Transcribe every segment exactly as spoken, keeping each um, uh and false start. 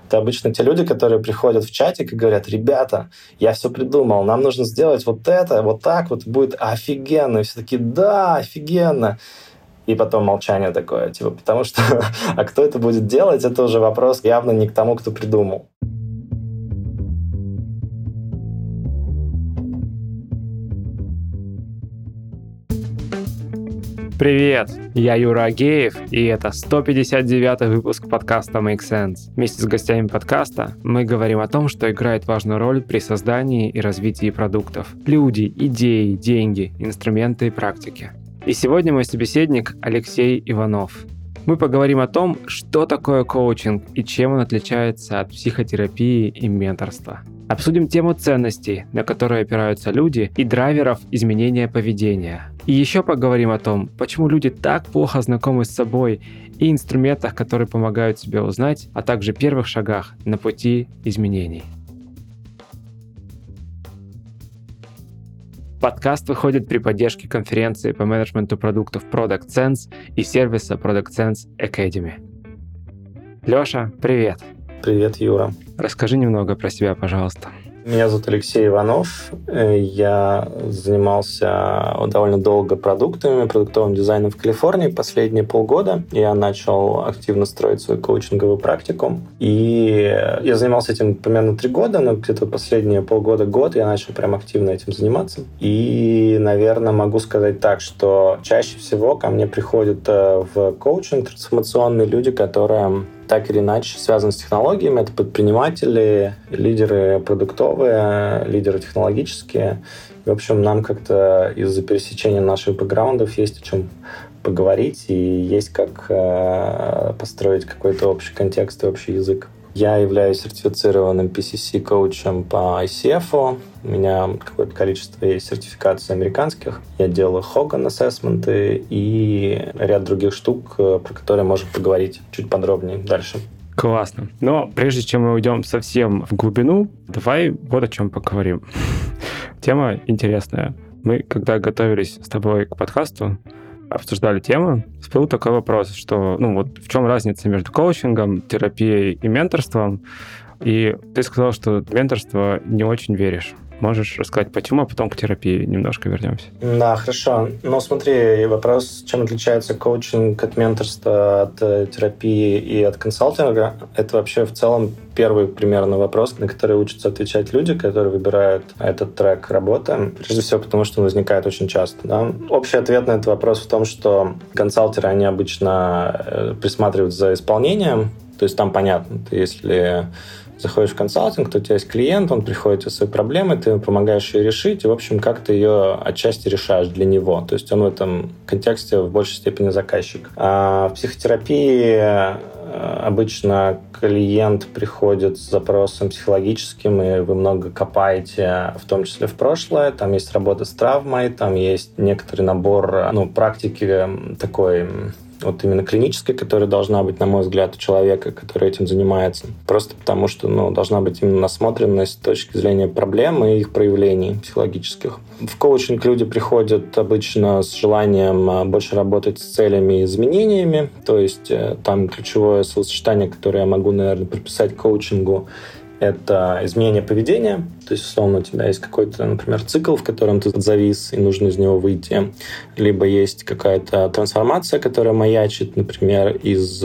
Это обычно те люди, которые приходят в чатик и говорят: ребята, я все придумал, нам нужно сделать вот это, вот так, вот будет офигенно. И все такие: да, офигенно. И потом молчание такое, типа, потому что а кто это будет делать, это уже вопрос явно не к тому, кто придумал. Привет, я Юра Агеев, и это сто пятьдесят девятый выпуск подкаста Make Sense. Вместе с гостями подкаста мы говорим о том, что играет важную роль при создании и развитии продуктов. Люди, идеи, деньги, инструменты и практики. И сегодня мой собеседник Алексей Иванов. Мы поговорим о том, что такое коучинг и чем он отличается от психотерапии и менторства. Обсудим тему ценностей, на которые опираются люди, и драйверов изменения поведения. И еще поговорим о том, почему люди так плохо знакомы с собой, и инструментах, которые помогают себе узнать, а также первых шагах на пути изменений. Подкаст выходит при поддержке конференции по менеджменту продуктов Product Sense и сервиса Product Sense Academy. Лёша, привет! Привет, Юра. Расскажи немного про себя, пожалуйста. Меня зовут Алексей Иванов. Я занимался довольно долго продуктами, продуктовым дизайном в Калифорнии последние полгода. Я начал активно строить свою коучинговую практику. И я занимался этим примерно три года, но где-то последние полгода-год я начал прям активно этим заниматься. И, наверное, могу сказать так, что чаще всего ко мне приходят в коучинг трансформационные люди, которые так или иначе связаны с технологиями. Это предприниматели, лидеры продуктовые, лидеры технологические. В общем, нам как-то из-за пересечения наших бэкграундов есть о чем поговорить и есть как э, построить какой-то общий контекст и общий язык. Я являюсь сертифицированным пи си си-коучем по ай си эф. У меня какое-то количество есть сертификаций американских. Я делаю Hogan ассессменты и ряд других штук, про которые можем поговорить чуть подробнее дальше. Классно. Но прежде чем мы уйдем совсем в глубину, давай вот о чем поговорим. Тема интересная. Мы, когда готовились с тобой к подкасту, обсуждали тему, всплыл такой вопрос, что, ну вот в чем разница между коучингом, терапией и менторством? И ты сказал, что в менторство не очень веришь. Можешь рассказать, почему, а потом к терапии немножко вернемся? Да, хорошо. Ну, смотри, вопрос, чем отличается коучинг от менторства, от терапии и от консалтинга, это вообще в целом первый примерно вопрос, на который учатся отвечать люди, которые выбирают этот трек работы. Прежде всего, потому что он возникает очень часто. Да? Общий ответ на этот вопрос в том, что консалтеры, они обычно присматривают за исполнением. То есть там понятно, ты если заходишь в консалтинг, то у тебя есть клиент, он приходит со своей проблемой, ты ему помогаешь ее решить, и, в общем, как ты ее отчасти решаешь для него. То есть он в этом контексте в большей степени заказчик. А в психотерапии обычно клиент приходит с запросом психологическим, и вы много копаете, в том числе в прошлое. Там есть работа с травмой, там есть некоторый набор, ну, практики такой, вот именно клинической, которая должна быть, на мой взгляд, у человека, который этим занимается. Просто потому, что ну, должна быть именно насмотренность с точки зрения проблем и их проявлений психологических. В коучинг люди приходят обычно с желанием больше работать с целями и изменениями. То есть там ключевое словосочетание, которое я могу, наверное, приписать коучингу, это изменение поведения. То есть, условно, у тебя есть какой-то, например, цикл, в котором ты завис, и нужно из него выйти. Либо есть какая-то трансформация, которая маячит, например, из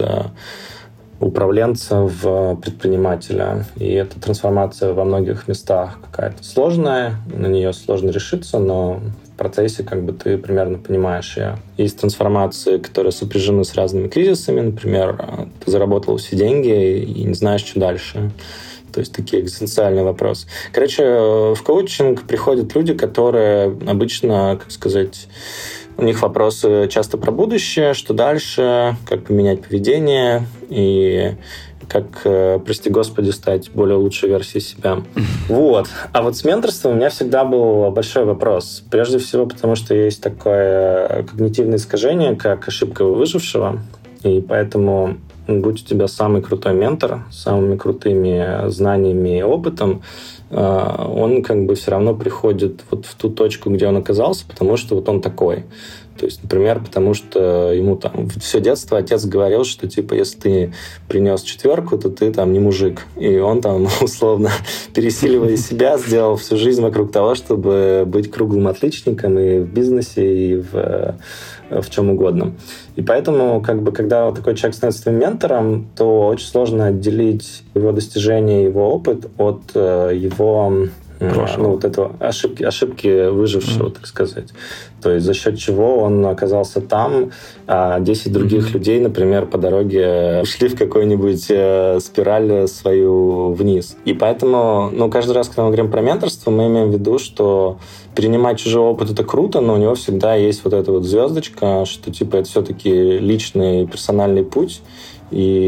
управленца в предпринимателя. И эта трансформация во многих местах какая-то сложная, на нее сложно решиться, но в процессе как бы ты примерно понимаешь ее. Есть трансформации, которые сопряжены с разными кризисами. Например, ты заработал все деньги и не знаешь, что дальше. То есть такие экзистенциальные вопросы. Короче, в коучинг приходят люди, которые обычно, как сказать, у них вопросы часто про будущее, что дальше, как поменять поведение и как, прости господи, стать более лучшей версией себя. Вот. А вот с менторством у меня всегда был большой вопрос. Прежде всего, потому что есть такое когнитивное искажение, как ошибка выжившего. И поэтому будь у тебя самый крутой ментор с самыми крутыми знаниями и опытом, он как бы все равно приходит вот в ту точку, где он оказался, потому что вот он такой. То есть, например, потому что ему там все детство отец говорил, что, типа, если ты принес четверку, то ты там не мужик. И он там, условно, пересиливая себя, сделал всю жизнь вокруг того, чтобы быть круглым отличником и в бизнесе, и в, в чем угодно. И поэтому, как бы, когда вот такой человек становится твоим ментором, то очень сложно отделить его достижения, его опыт от его... Прошлого. Ну, вот этого ошибки, ошибки выжившего, mm-hmm. так сказать. То есть за счет чего он оказался там, а десять других mm-hmm. людей, например, по дороге ушли в какую-нибудь э, спираль свою вниз. И поэтому, ну, каждый раз, когда мы говорим про менторство, мы имеем в виду, что перенимать чужой опыт — это круто, но у него всегда есть вот эта вот звездочка, что, типа, это все-таки личный персональный путь, и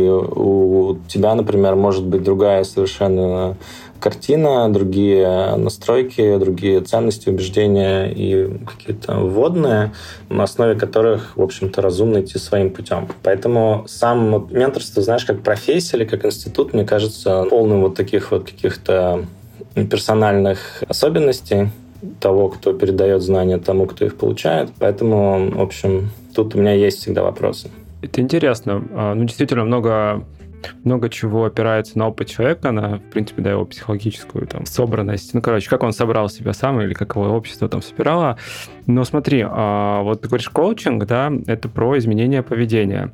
у тебя, например, может быть другая совершенно картина, другие настройки, другие ценности, убеждения и какие-то вводные, на основе которых, в общем-то, разумно идти своим путем. Поэтому сам вот менторство, знаешь, как профессия или как институт, мне кажется, полным вот таких вот каких-то персональных особенностей того, кто передает знания тому, кто их получает. Поэтому, в общем, тут у меня есть всегда вопросы. Это интересно. Ну, действительно, много... много чего опирается на опыт человека, на, в принципе, да, его психологическую там собранность. Ну, короче, как он собрал себя сам или как его общество там собирало. Но смотри, вот ты говоришь, коучинг, да, это про изменение поведения.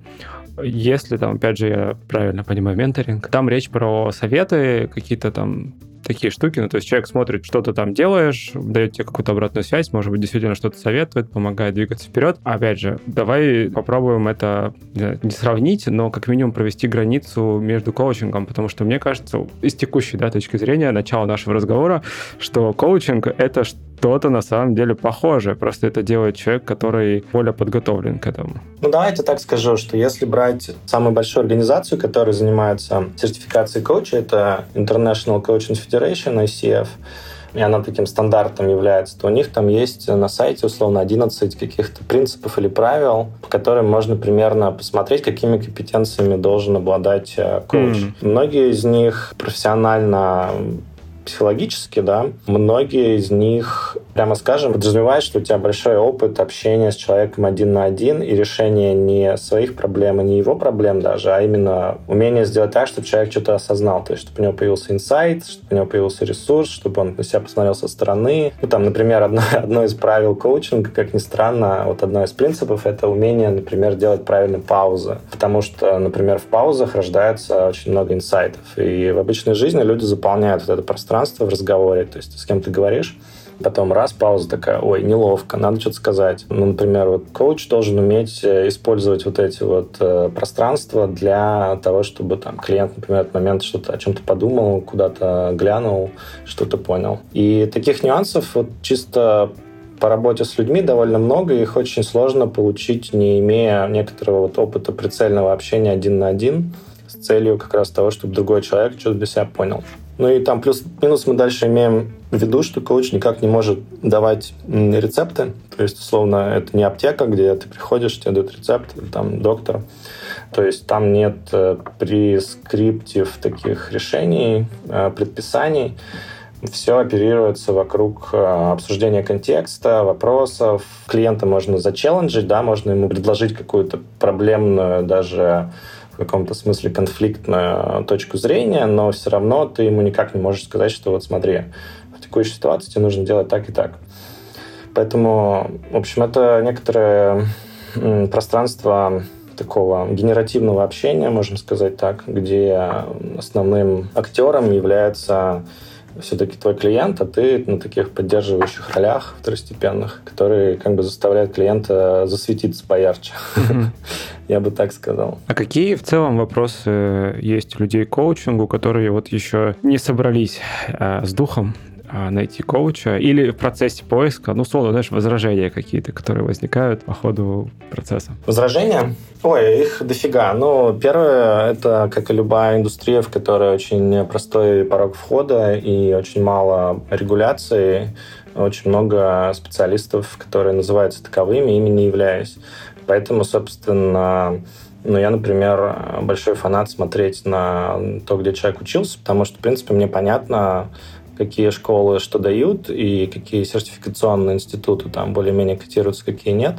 Если там, опять же, я правильно понимаю, менторинг, там речь про советы, какие-то там такие штуки, ну, то есть человек смотрит, что ты там делаешь, дает тебе какую-то обратную связь, может быть, действительно что-то советует, помогает двигаться вперед. Опять же, давай попробуем это не сравнить, но как минимум провести границу между коучингом, потому что мне кажется, из текущей, да, точки зрения, начала нашего разговора, что коучинг — это что-то на самом деле похожее, просто это делает человек, который более подготовлен к этому. Ну, давайте так скажу, что если брать самую большую организацию, которая занимается сертификацией коуча, это International Coaching Federation, ай си эф, и она таким стандартом является, то у них там есть на сайте, условно, одиннадцать каких-то принципов или правил, по которым можно примерно посмотреть, какими компетенциями должен обладать коуч. Mm. Многие из них профессионально психологически, да, многие из них, прямо скажем, подразумевают, что у тебя большой опыт общения с человеком один на один и решение не своих проблем и не его проблем даже, а именно умение сделать так, чтобы человек что-то осознал, то есть чтобы у него появился инсайт, чтобы у него появился ресурс, чтобы он на себя посмотрел со стороны. Ну, там, например, одно, одно из правил коучинга, как ни странно, вот одно из принципов — это умение, например, делать правильные паузы, потому что, например, в паузах рождается очень много инсайтов, и в обычной жизни люди заполняют вот это пространство в разговоре, то есть ты с кем ты говоришь, потом раз, пауза такая, ой, неловко, надо что-то сказать. Ну, например, вот коуч должен уметь использовать вот эти вот э, пространства для того, чтобы там клиент, например, в этот момент что-то о чем-то подумал, куда-то глянул, что-то понял. И таких нюансов вот чисто по работе с людьми довольно много, и их очень сложно получить, не имея некоторого вот опыта прицельного общения один на один с целью как раз того, чтобы другой человек что-то для себя понял. Ну и там плюс-минус мы дальше имеем в виду, что коуч никак не может давать рецепты. То есть, условно, это не аптека, где ты приходишь, тебе дают рецепт, или там доктор. То есть там нет прескриптив таких решений, предписаний. Все оперируется вокруг обсуждения контекста, вопросов. Клиента можно зачелленджить, да, можно ему предложить какую-то проблемную, даже в каком-то смысле конфликтную точку зрения, но все равно ты ему никак не можешь сказать, что вот смотри, в текущей ситуации тебе нужно делать так и так. Поэтому, в общем, это некоторое пространство такого генеративного общения, можем сказать так, где основным актером является все-таки твой клиент, а ты на таких поддерживающих ролях второстепенных, которые как бы заставляют клиента засветиться поярче. Mm-hmm. Я бы так сказал. А какие в целом вопросы есть у людей к коучингу, которые вот еще не собрались а, с духом а, найти коуча, или в процессе поиска, ну, условно, знаешь, возражения какие-то, которые возникают по ходу процесса? Возражения? Ой, их дофига. Ну, первое, это, как и любая индустрия, в которой очень простой порог входа и очень мало регуляции, очень много специалистов, которые называются таковыми, ими не являясь. Поэтому, собственно, ну, я, например, большой фанат смотреть на то, где человек учился, потому что, в принципе, мне понятно, какие школы что дают и какие сертификационные институты там более-менее котируются, какие нет.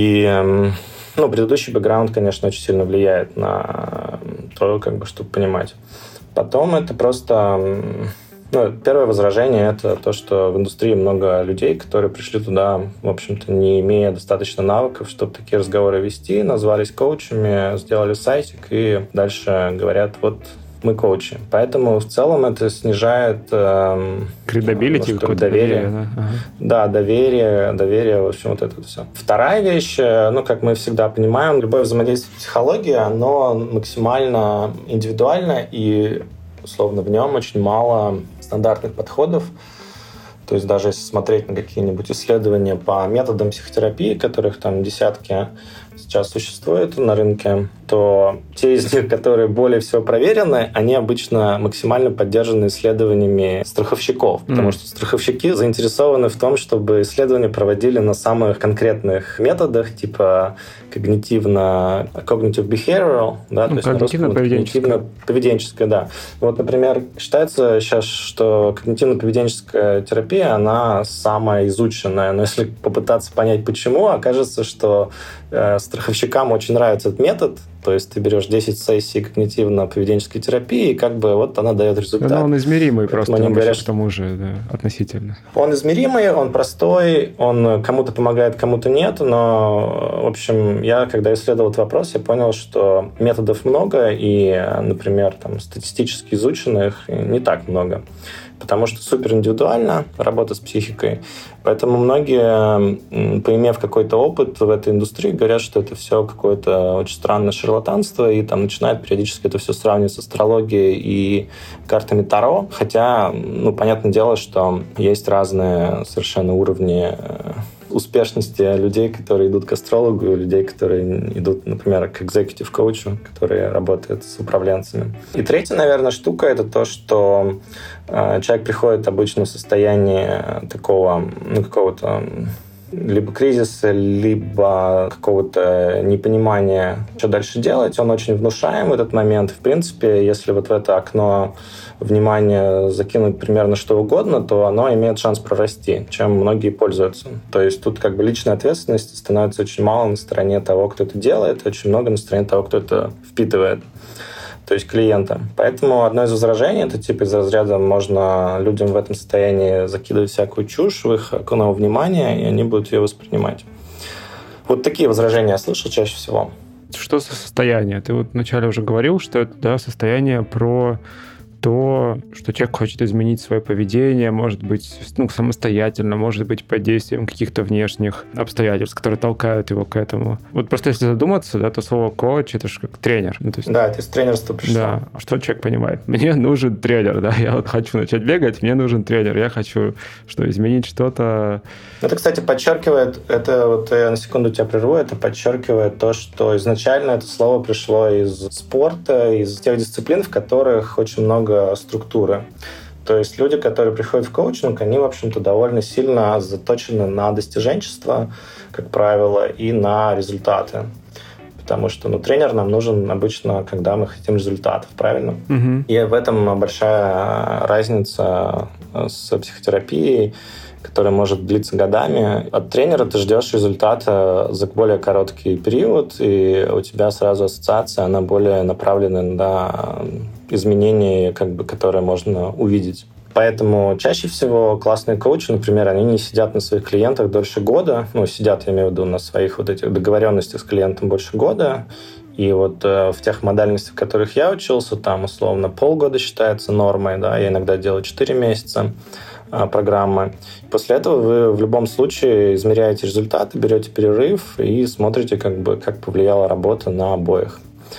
И ну, предыдущий бэкграунд, конечно, очень сильно влияет на то, как бы, чтобы понимать. Потом это просто... Ну, первое возражение – это то, что в индустрии много людей, которые пришли туда, в общем-то, не имея достаточно навыков, чтобы такие разговоры вести, назвались коучами, сделали сайтик и дальше говорят, вот мы коучи. Поэтому в целом это снижает Credibility, ну, доверие. доверие да? Ага. Да, доверие, доверие, в общем, вот это все. Вторая вещь, ну, как мы всегда понимаем, любое взаимодействие с психологией, оно максимально индивидуально, и, условно, в нем очень мало стандартных подходов. То есть даже если смотреть на какие-нибудь исследования по методам психотерапии, которых там десятки сейчас существует на рынке, то те из них, которые более всего проверены, они обычно максимально поддержаны исследованиями страховщиков, mm. потому что страховщики заинтересованы в том, чтобы исследования проводили на самых конкретных методах, типа когнитивно cognitive behavioral, да, ну, то есть когнитивно-поведенческое. Когнитивно-поведенческое, да. Вот, например, считается сейчас, что когнитивно-поведенческая терапия, она самая изученная, но если попытаться понять, почему, окажется, что э, страховщикам очень нравится этот метод. То есть ты берешь десять сессий когнитивно-поведенческой терапии, и как бы вот она дает результат. Но он измеримый. Поэтому просто, они говорят, к тому же, да, относительно. Он измеримый, он простой, он кому-то помогает, кому-то нет, но, в общем, я, когда исследовал этот вопрос, я понял, что методов много, и, например, там, статистически изученных не так много, потому что супер индивидуально работа с психикой. Поэтому многие, поимев какой-то опыт в этой индустрии, говорят, что это все какое-то очень странное шарлатанство, и там начинают периодически это все сравнивать с астрологией и картами Таро. Хотя, ну, понятное дело, что есть разные совершенно уровни успешности людей, которые идут к астрологу, и людей, которые идут, например, к экзекутив-коучу, которые работают с управленцами. И третья, наверное, штука — это то, что э, человек приходит обычно в состоянии такого, ну, какого-то либо кризиса, либо какого-то непонимания, что дальше делать. Он очень внушаем в этот момент. В принципе, если вот в это окно внимания закинуть примерно что угодно, то оно имеет шанс прорасти, чем многие пользуются. То есть тут как бы личной ответственности становится очень мало на стороне того, кто это делает, очень много на стороне того, кто это впитывает. То есть клиента. Поэтому одно из возражений, это типа из разряда можно людям в этом состоянии закидывать всякую чушь в их окно внимания, и они будут ее воспринимать. Вот такие возражения я слышу чаще всего. Что за состояние? Ты вот вначале уже говорил, что это, да, состояние про то, что человек хочет изменить свое поведение, может быть, ну, самостоятельно, может быть, под действием каких-то внешних обстоятельств, которые толкают его к этому. Вот просто если задуматься, да, то слово коуч — это же как тренер. Ну, то есть, да, это из тренерства пришло. Да. А что человек понимает? Мне нужен тренер, да, я вот хочу начать бегать, мне нужен тренер, я хочу, что, изменить что-то. Это, кстати, подчеркивает, это вот я на секунду тебя прерву, это подчеркивает то, что изначально это слово пришло из спорта, из тех дисциплин, в которых очень много структуры. То есть люди, которые приходят в коучинг, они, в общем-то, довольно сильно заточены на достиженчество, как правило, и на результаты. Потому что, ну, тренер нам нужен обычно, когда мы хотим результатов, правильно? Mm-hmm. И в этом большая разница с психотерапией, которая может длиться годами. От тренера ты ждешь результата за более короткий период, и у тебя сразу ассоциация, она более направлена на изменения, как бы, которые можно увидеть. Поэтому чаще всего классные коучи, например, они не сидят на своих клиентах дольше года. Ну, сидят, я имею в виду, на своих вот этих договоренностях с клиентом больше года. И вот э, в тех модальностях, в которых я учился, там, условно, полгода считается нормой, да, я иногда делаю четыре месяца э, программы. После этого вы в любом случае измеряете результаты, берете перерыв и смотрите, как бы, как повлияла работа на обоих.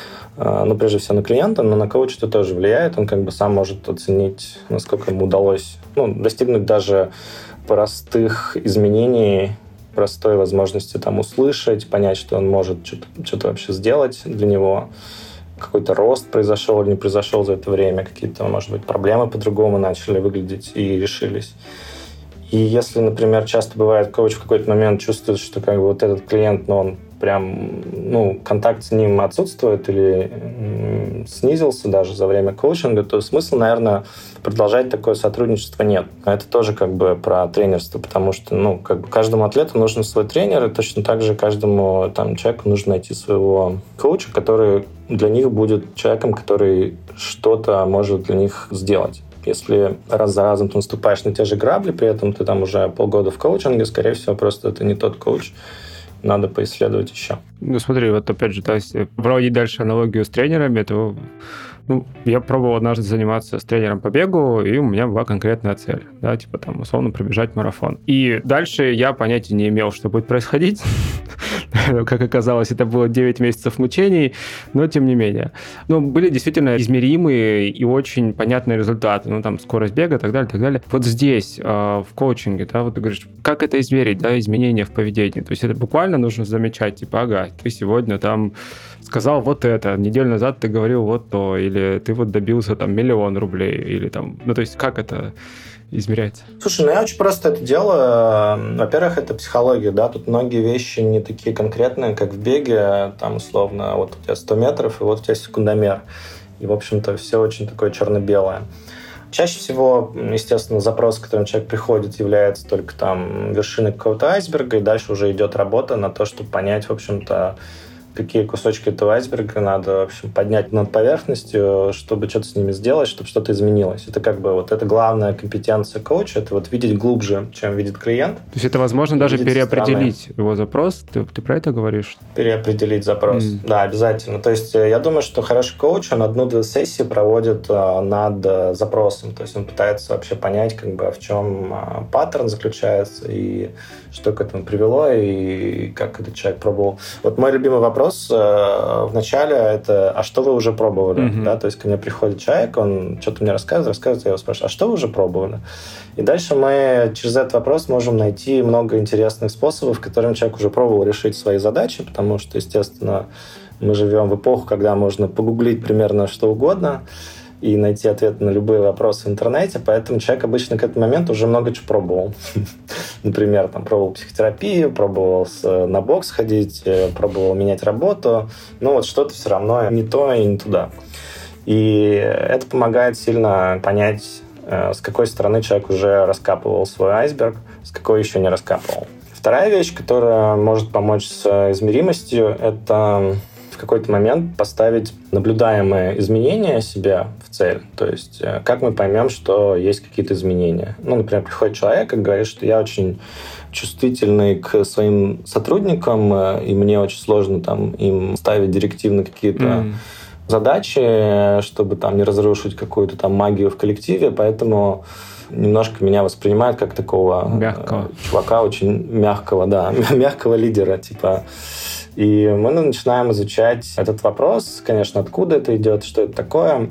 Ну, прежде всего на клиента, но на коуча это тоже влияет. Он как бы сам может оценить, насколько ему удалось, ну, достигнуть даже простых изменений, простой возможности там услышать, понять, что он может что-то, что-то вообще сделать для него. Какой-то рост произошел или не произошел за это время, какие-то, может быть, проблемы по-другому начали выглядеть и решились. И если, например, часто бывает, коуч в какой-то момент чувствует, что как бы вот этот клиент, ну, он прям, ну, контакт с ним отсутствует или м, снизился даже за время коучинга, то смысла, наверное, продолжать такое сотрудничество нет. Это тоже как бы про тренерство, потому что, ну, как бы каждому атлету нужен свой тренер, и точно так же каждому там человеку нужно найти своего коуча, который для них будет человеком, который что-то может для них сделать. Если раз за разом ты наступаешь на те же грабли, при этом ты там уже полгода в коучинге, скорее всего, просто это не тот коуч, надо поисследовать еще. Ну, смотри, вот опять же, то есть проводить дальше аналогию с тренерами, то ну, я пробовал однажды заниматься с тренером по бегу, и у меня была конкретная цель, да, типа там, условно, пробежать марафон. И дальше я понятия не имел, что будет происходить. Как оказалось, это было девять месяцев мучений, но тем не менее. Но были действительно измеримые и очень понятные результаты. Ну, там, скорость бега и так далее, так далее. Вот здесь, в коучинге, да, вот ты говоришь, как это измерить, да, изменения в поведении? То есть это буквально нужно замечать, типа, ага, ты сегодня там сказал вот это, неделю назад ты говорил вот то, или ты вот добился там миллион рублей, или там, ну, то есть как это измеряется? Слушай, ну я очень просто это делаю. Во-первых, это психология, да, тут многие вещи не такие конкретные, как в беге, там, условно, вот у тебя сто метров, и вот у тебя секундомер. И, в общем-то, все очень такое черно-белое. Чаще всего, естественно, запрос, к которому человек приходит, является только там вершиной какого-то айсберга, и дальше уже идет работа на то, чтобы понять, в общем-то, какие кусочки этого айсберга надо, в общем, поднять над поверхностью, чтобы что-то с ними сделать, чтобы что-то изменилось. Это как бы вот это главная компетенция коуча, это вот видеть глубже, чем видит клиент. То есть это возможно даже переопределить стороны. Его запрос? Ты, ты про это говоришь? Переопределить запрос, mm. да, обязательно. То есть я думаю, что хороший коуч, он одну-две сессии проводит над запросом, то есть он пытается вообще понять, как бы, в чем паттерн заключается, и что к этому привело, и как этот человек пробовал. Вот мой любимый вопрос в начале это, а что вы уже пробовали? Mm-hmm. Да? То есть ко мне приходит человек, он что-то мне рассказывает, рассказывает, я его спрашиваю, а что вы уже пробовали? И дальше мы через этот вопрос можем найти много интересных способов, которым человек уже пробовал решить свои задачи, потому что, естественно, мы живем в эпоху, когда можно погуглить примерно что угодно и найти ответы на любые вопросы в интернете, поэтому человек обычно к этому моменту уже много чего пробовал. Например, там, пробовал психотерапию, пробовал на бокс ходить, пробовал менять работу, но вот что-то все равно не то и не туда. И это помогает сильно понять, с какой стороны человек уже раскапывал свой айсберг, с какой еще не раскапывал. Вторая вещь, которая может помочь с измеримостью, это в какой-то момент поставить наблюдаемые изменения себе в цель. То есть как мы поймем, что есть какие-то изменения. Ну, например, приходит человек и говорит, что я очень чувствительный к своим сотрудникам, и мне очень сложно там, им ставить директивно какие-то mm. задачи, чтобы там не разрушить какую-то там магию в коллективе, поэтому немножко меня воспринимают как такого мягкого чувака, очень мягкого, да, мягкого лидера, типа. И мы начинаем изучать этот вопрос, конечно, откуда это идет, что это такое.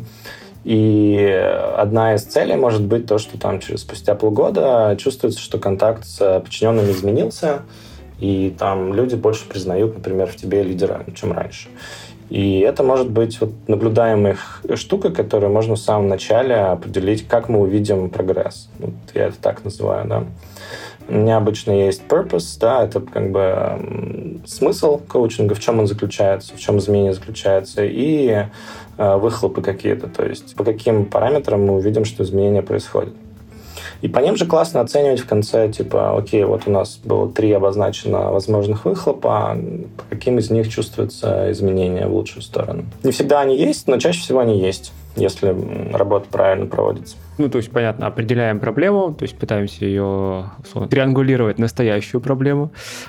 И одна из целей может быть то, что там через спустя полгода чувствуется, что контакт с подчиненными изменился, и там люди больше признают, например, в тебе лидера, чем раньше. И это может быть вот наблюдаемая штука, которую можно в самом начале определить, как мы увидим прогресс. Вот я это так называю, да. У меня обычно есть purpose, да, это как бы смысл коучинга, в чем он заключается, в чем изменение заключается, и э, выхлопы какие-то, то есть по каким параметрам мы увидим, что изменения происходят. И по ним же классно оценивать в конце, типа, окей, вот у нас было три обозначено возможных выхлопа, по каким из них чувствуется изменение в лучшую сторону. Не всегда они есть, но чаще всего они есть, если работа правильно проводится. Ну, то есть, понятно, определяем проблему, то есть пытаемся ее условно, триангулировать настоящую проблему,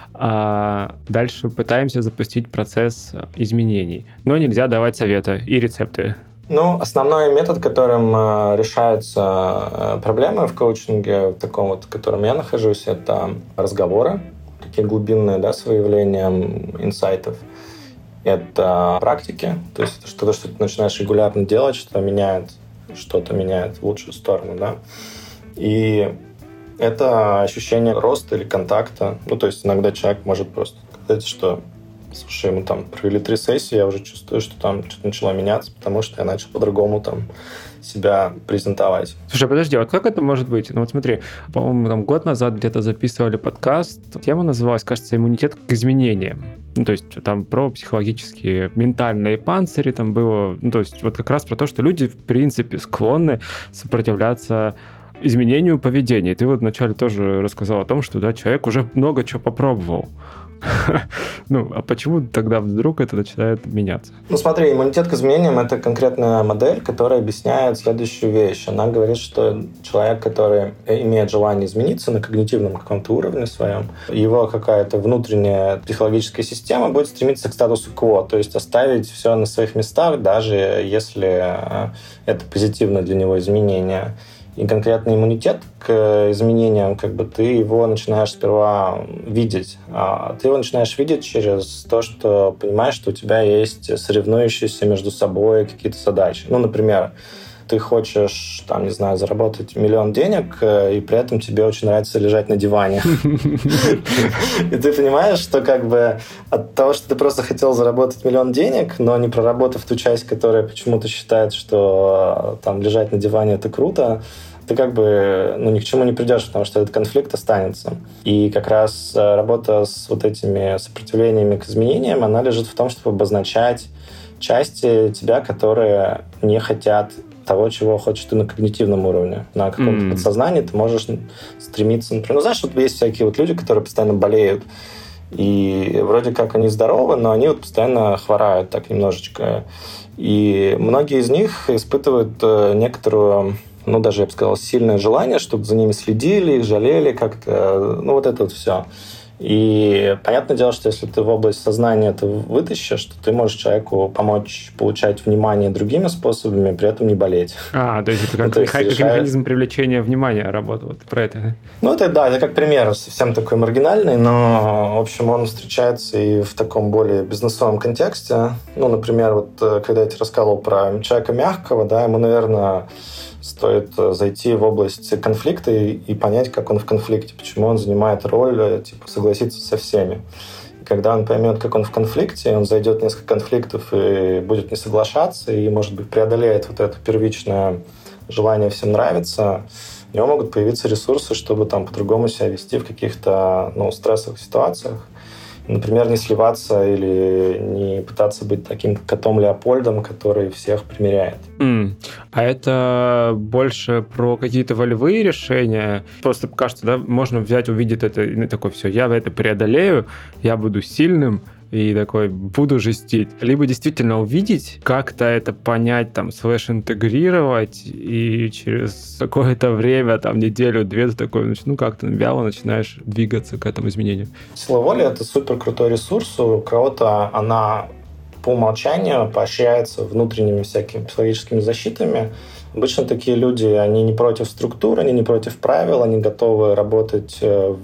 а дальше пытаемся запустить процесс изменений. Но нельзя давать советы и рецепты. Ну, основной метод, которым э, решаются э, проблемы в коучинге, в таком вот, в котором я нахожусь, это разговоры, такие глубинные, да, с выявлением инсайтов. Это практики, то есть это что-то, что ты начинаешь регулярно делать, что меняет, что-то меняет в лучшую сторону, да. И это ощущение роста или контакта. Ну, то есть иногда человек может просто сказать, что слушай, мы там провели три сессии, я уже чувствую, что там что-то начало меняться, потому что я начал по-другому там себя презентовать. Слушай, подожди, вот как это может быть? Ну вот смотри, по-моему, там год назад где-то записывали подкаст, тема называлась, кажется, «Иммунитет к изменениям». Ну, то есть там про психологические, ментальные панцири там было, ну, то есть вот как раз про то, что люди, в принципе, склонны сопротивляться изменению поведения. И ты вот вначале тоже рассказал о том, что да, человек уже много чего попробовал. Ну, а почему тогда вдруг это начинает меняться? Ну, смотри, иммунитет к изменениям — это конкретная модель, которая объясняет следующую вещь. Она говорит, что человек, который имеет желание измениться на когнитивном каком-то уровне своем, его какая-то внутренняя психологическая система будет стремиться к статусу кво, то есть оставить все на своих местах, даже если это позитивно для него изменение. И конкретный иммунитет к изменениям, как бы ты его начинаешь сперва видеть. А ты его начинаешь видеть через то, что понимаешь, что у тебя есть соревнующиеся между собой какие-то задачи. Ну, например, ты хочешь, там, не знаю, заработать миллион денег, и при этом тебе очень нравится лежать на диване. И ты понимаешь, что как бы от того, что ты просто хотел заработать миллион денег, но не проработав ту часть, которая почему-то считает, что там лежать на диване — это круто, ты как бы ну, ни к чему не придешь, потому что этот конфликт останется. И как раз работа с вот этими сопротивлениями к изменениям, она лежит в том, чтобы обозначать части тебя, которые не хотят того, чего хочешь ты на когнитивном уровне. На каком-то mm. подсознании ты можешь стремиться... Например, ну, знаешь, вот есть всякие вот люди, которые постоянно болеют, и вроде как они здоровы, но они вот постоянно хворают так немножечко. И многие из них испытывают некоторую, ну, даже, я бы сказал, сильное желание, чтобы за ними следили, их жалели как-то. Ну, вот это вот все. И понятное дело, что если ты в область сознания это вытащишь, то ты можешь человеку помочь получать внимание другими способами, при этом не болеть. А, то есть это как, ну, как решает... механизм привлечения внимания работает. Про это? Ну, это да, это как пример совсем такой маргинальный, но, в общем, он встречается и в таком более бизнесовом контексте. Ну, например, вот когда я тебе рассказывал про человека мягкого, да, ему, наверное, стоит зайти в область конфликта и, и понять, как он в конфликте, почему он занимает роль, типа, согласиться со всеми. И когда он поймет, как он в конфликте, он зайдет в несколько конфликтов и будет не соглашаться, и, может быть, преодолеет вот это первичное желание всем нравиться, у него могут появиться ресурсы, чтобы там по-другому себя вести в каких-то, ну, стрессовых ситуациях. Например, не сливаться или не пытаться быть таким котом Леопольдом, который всех примеряет. Mm. А это больше про какие-то волевые решения? Просто кажется, да, можно взять, увидеть это и такой, все, я это преодолею, я буду сильным, и такой, буду жестить. Либо действительно увидеть, как-то это понять, там, слэш-интегрировать, и через какое-то время, там, неделю-две, ты такой, ну, как-то вяло начинаешь двигаться к этому изменению. Сила воли — это супер крутой ресурс. У кого-то она по умолчанию поощряется внутренними всякими психологическими защитами. Обычно такие люди, они не против структур, они не против правил, они готовы работать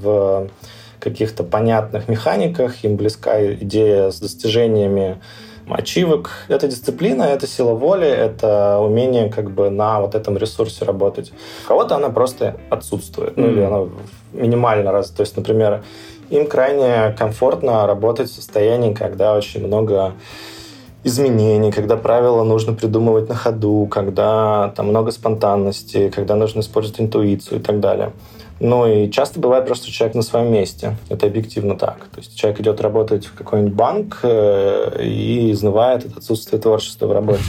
в каких-то понятных механиках, им близка идея с достижениями ачивок. Это дисциплина, это сила воли, это умение как бы на вот этом ресурсе работать. У кого-то она просто отсутствует, mm-hmm. ну или она минимально раз. То есть, например, им крайне комфортно работать в состоянии, когда очень много изменений, когда правила нужно придумывать на ходу, когда там много спонтанности, когда нужно использовать интуицию и так далее. Ну и часто бывает просто, что человек на своем месте. Это объективно так. То есть человек идет работать в какой-нибудь банк и изнывает от отсутствия творчества в работе.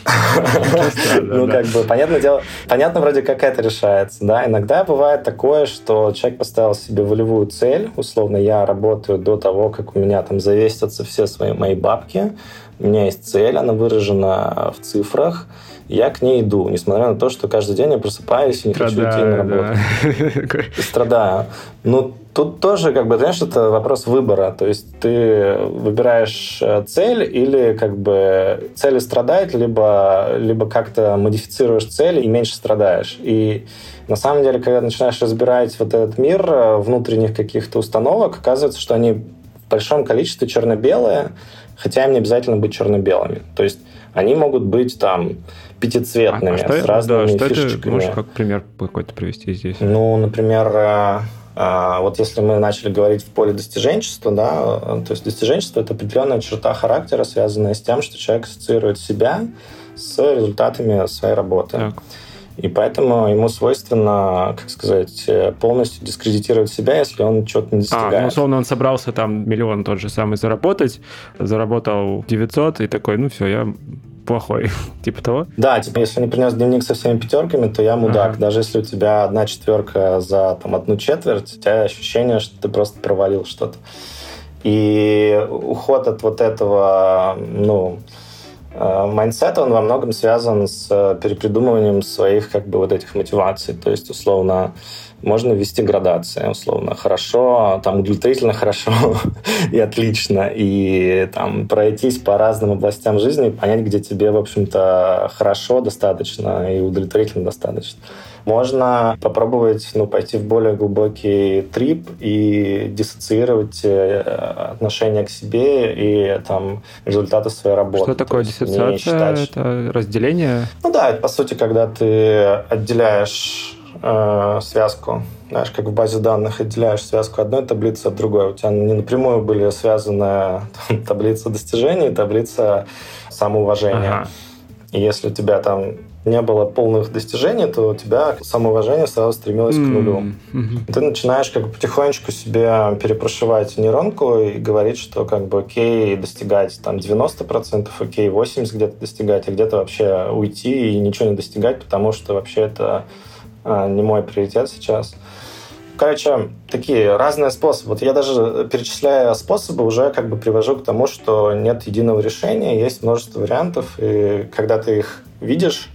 Ну, как бы, понятное дело, понятно вроде как это решается, да. Иногда бывает такое, что человек поставил себе волевую цель, условно, я работаю до того, как у меня там завесятся все свои мои бабки, у меня есть цель, она выражена в цифрах, я к ней иду, несмотря на то, что каждый день я просыпаюсь и не хочу идти на работу. И страдаю. Ну, тут тоже, как бы, знаешь, это вопрос выбора. То есть ты выбираешь цель или как бы цель страдает, либо, либо как-то модифицируешь цель и меньше страдаешь. И на самом деле, когда начинаешь разбирать вот этот мир внутренних каких-то установок, оказывается, что они в большом количестве черно-белые, хотя им не обязательно быть черно-белыми. То есть они могут быть там пятицветными, а, а с разными да, фишечками. Ты можешь как пример какой-то привести здесь? Ну, например, вот если мы начали говорить в поле достиженчества, да, то есть достиженчество — это определенная черта характера, связанная с тем, что человек ассоциирует себя с результатами своей работы. Так. И поэтому ему свойственно, как сказать, полностью дискредитировать себя, если он чего-то не достигает. А, ну, условно, он собрался там миллион тот же самый заработать, заработал девятьсот, и такой, ну все, я плохой, типа того? Да, типа, если не принес дневник со всеми пятерками, то я мудак. Ага. Даже если у тебя одна четверка за там, одну четверть, у тебя ощущение, что ты просто провалил что-то. И уход от вот этого, ну... майндсет, он во многом связан с перепридумыванием своих как бы вот этих мотиваций. То есть, условно, можно ввести градации. Условно, хорошо, там, удовлетворительно хорошо и отлично. И там пройтись по разным областям жизни и понять, где тебе, в общем-то, хорошо достаточно и удовлетворительно достаточно. Можно попробовать, ну, пойти в более глубокий трип и диссоциировать отношение к себе и там результаты своей работы. Что такое диссоциация? Считать... Это разделение? Ну да, это, по сути, когда ты отделяешь э, связку, знаешь, как в базе данных отделяешь связку одной таблицы от другой. У тебя не напрямую были связаны там, таблица достижений и таблица самоуважения. Ага. И если у тебя там не было полных достижений, то у тебя самоуважение сразу стремилось mm-hmm. к нулю. Mm-hmm. Ты начинаешь как бы потихонечку себе перепрошивать нейронку и говорить, что как бы окей, достигать там девяносто процентов, окей, восемьдесят процентов где-то достигать, а где-то вообще уйти и ничего не достигать, потому что вообще это а, не мой приоритет сейчас. Короче, такие разные способы. Вот я даже, перечисляя способы, уже как бы привожу к тому, что нет единого решения, есть множество вариантов, и когда ты их видишь,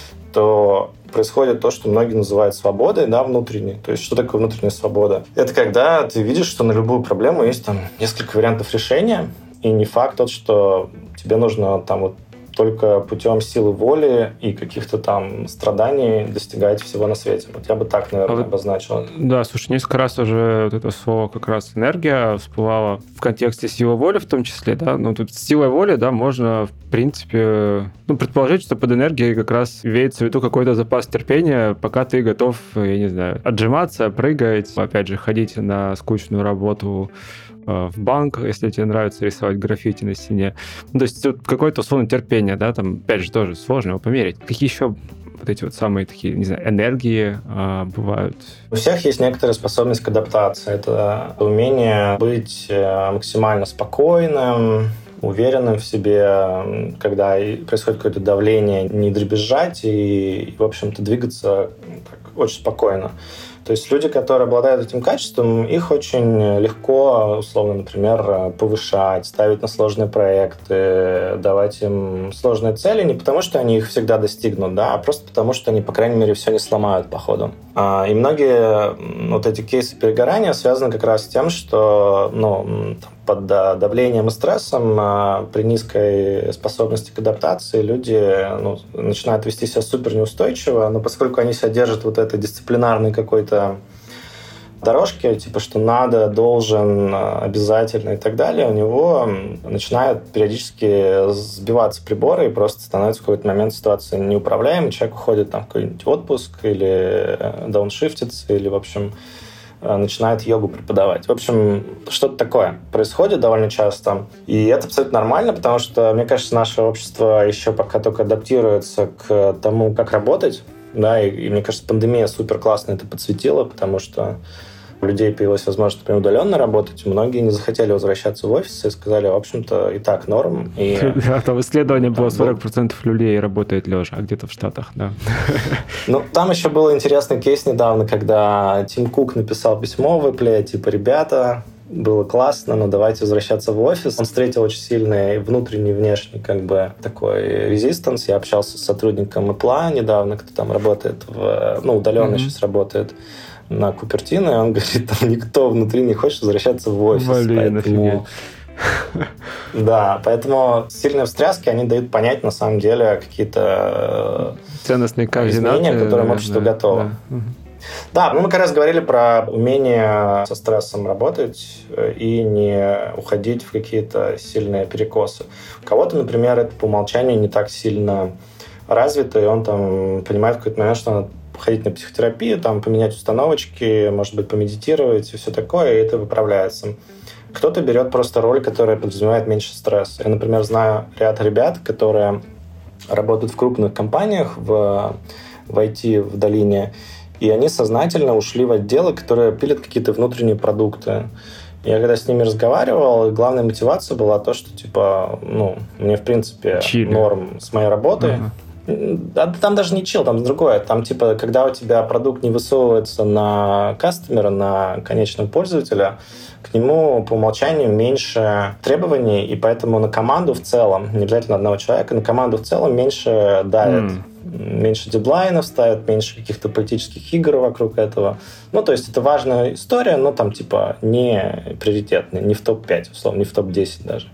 то происходит то, что многие называют свободой, да, внутренней. То есть, что такое внутренняя свобода? Это когда ты видишь, что на любую проблему есть там несколько вариантов решения, и не факт тот, что тебе нужно там вот только путем силы воли и каких-то там страданий достигать всего на свете. Вот я бы так, наверное, а вот, обозначил. Да, слушай, несколько раз уже вот это слово как раз энергия всплывала в контексте силы воли в том числе, да, ну тут с силой воли, да, можно, в принципе, ну, предположить, что под энергией как раз имеется в виду какой-то запас терпения, пока ты готов, я не знаю, отжиматься, прыгать, опять же, ходить на скучную работу в банк, если тебе нравится рисовать граффити на стене. Ну, то есть какое-то условно терпение, да, там, опять же, тоже сложно его померить. Какие еще вот эти вот самые такие, не знаю, энергии а, бывают? У всех есть некоторая способность к адаптации. Это умение быть максимально спокойным, уверенным в себе, когда происходит какое-то давление, не дребезжать и, в общем-то, двигаться так, очень спокойно. То есть люди, которые обладают этим качеством, их очень легко, условно, например, повышать, ставить на сложные проекты, давать им сложные цели не потому, что они их всегда достигнут, да, а просто потому, что они, по крайней мере, все не сломают по ходу. И многие вот эти кейсы перегорания связаны как раз с тем, что ну, под давлением и стрессом при низкой способности к адаптации люди ну, начинают вести себя супер неустойчиво, но поскольку они себя держат вот этой дисциплинарной какой-то дорожки, типа, что надо, должен, обязательно и так далее, у него начинают периодически сбиваться приборы и просто становится в какой-то момент ситуация неуправляемой, человек уходит там, в какой-нибудь отпуск или дауншифтится, или, в общем, начинает йогу преподавать. В общем, что-то такое происходит довольно часто. И это абсолютно нормально, потому что, мне кажется, наше общество еще пока только адаптируется к тому, как работать. Да, и, и мне кажется, пандемия супер классно это подсветила, потому что у людей появилась возможность, например, удаленно работать. Многие не захотели возвращаться в офис и сказали, в общем-то, и так норм. И, да, там исследование было сорок процентов людей работает лежа, а где-то в Штатах, да. Ну, там еще был интересный кейс недавно, когда Тим Кук написал письмо в Apple, типа, ребята, было классно, но давайте возвращаться в офис. Он встретил очень сильный внутренний и внешний как бы такой резистанс. Я общался с сотрудником Apple недавно, кто там работает, в, ну, удаленно mm-hmm. сейчас работает на Купертино, и он говорит, там никто внутри не хочет возвращаться в офис. Блин, поэтому... Да, поэтому сильные встряски, они дают понять, на самом деле, какие-то ценностные изменения, к которым общество да, готово. Да. Да, ну мы как раз говорили про умение со стрессом работать и не уходить в какие-то сильные перекосы. У кого-то, например, это по умолчанию не так сильно развито, и он там понимает в какой-то момент, что надо ходить на психотерапию, там, поменять установочки, может быть, помедитировать и все такое, и это выправляется. Кто-то берет просто роль, которая подразумевает меньше стресса. Я, например, знаю ряд ребят, которые работают в крупных компаниях в, в ай ти в долине, и они сознательно ушли в отделы, которые пилят какие-то внутренние продукты. Я когда с ними разговаривал, главная мотивация была то, что, типа, ну, мне, в принципе, Чили. Норм с моей работой. Uh-huh. Там даже не чил, там другое. Там, типа, когда у тебя продукт не высовывается на кастомера, на конечного пользователя, к нему по умолчанию меньше требований, и поэтому на команду в целом, не обязательно одного человека, на команду в целом меньше давят. Mm. Меньше дедлайнов ставят, меньше каких-то политических игр вокруг этого. Ну, то есть это важная история, но там, типа, не приоритетная, не в топ пять, условно, не в топ десять даже.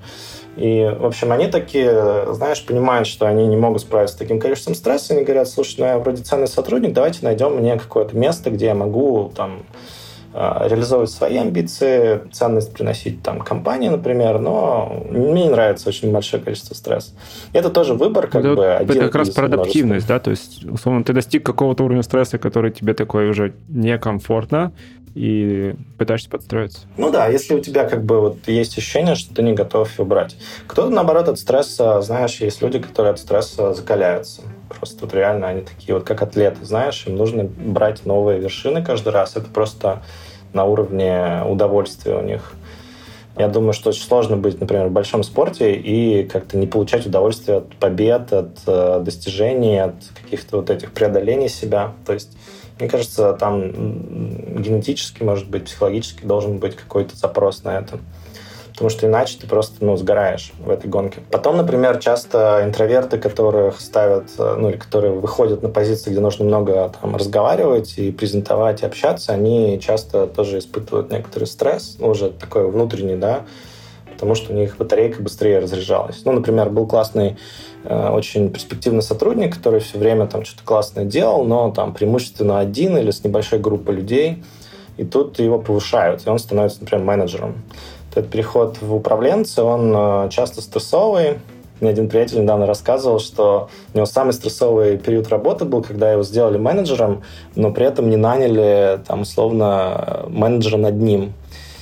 И, в общем, они такие, знаешь, понимают, что они не могут справиться с таким количеством стресса, они говорят, слушай, ну я вроде ценный сотрудник, давайте найдем мне какое-то место, где я могу там реализовывать свои амбиции, ценность приносить там компании, например, но мне не нравится очень большое количество стресса. И это тоже выбор, как это бы вот, один это как раз про адаптивность, множества. да, то есть, условно, ты достиг какого-то уровня стресса, который тебе такой уже некомфортно, и пытаешься подстроиться. Ну да, если у тебя как бы вот есть ощущение, что ты не готов его брать. Кто-то, наоборот, от стресса, знаешь, есть люди, которые от стресса закаляются. Просто вот реально они такие вот как атлеты, знаешь, им нужно брать новые вершины каждый раз. Это просто на уровне удовольствия у них. Я думаю, что очень сложно быть, например, в большом спорте и как-то не получать удовольствие от побед, от э, достижений, от каких-то вот этих преодолений себя. То есть, мне кажется, там генетически, может быть, психологически должен быть какой-то запрос на это. Потому что иначе ты просто, ну, сгораешь в этой гонке. Потом, например, часто интроверты, которых ставят, ну, или которые выходят на позиции, где нужно много там разговаривать и презентовать, и общаться, они часто тоже испытывают некоторый стресс, ну, уже такой внутренний, да, потому что у них батарейка быстрее разряжалась. Ну, например, был классный, э, очень перспективный сотрудник, который все время там что-то классное делал, но там преимущественно один или с небольшой группой людей, и тут его повышают, и он становится, например, менеджером. Этот переход в управленца, он часто стрессовый. Мне один приятель недавно рассказывал, что у него самый стрессовый период работы был, когда его сделали менеджером, но при этом не наняли, там, условно, менеджера над ним.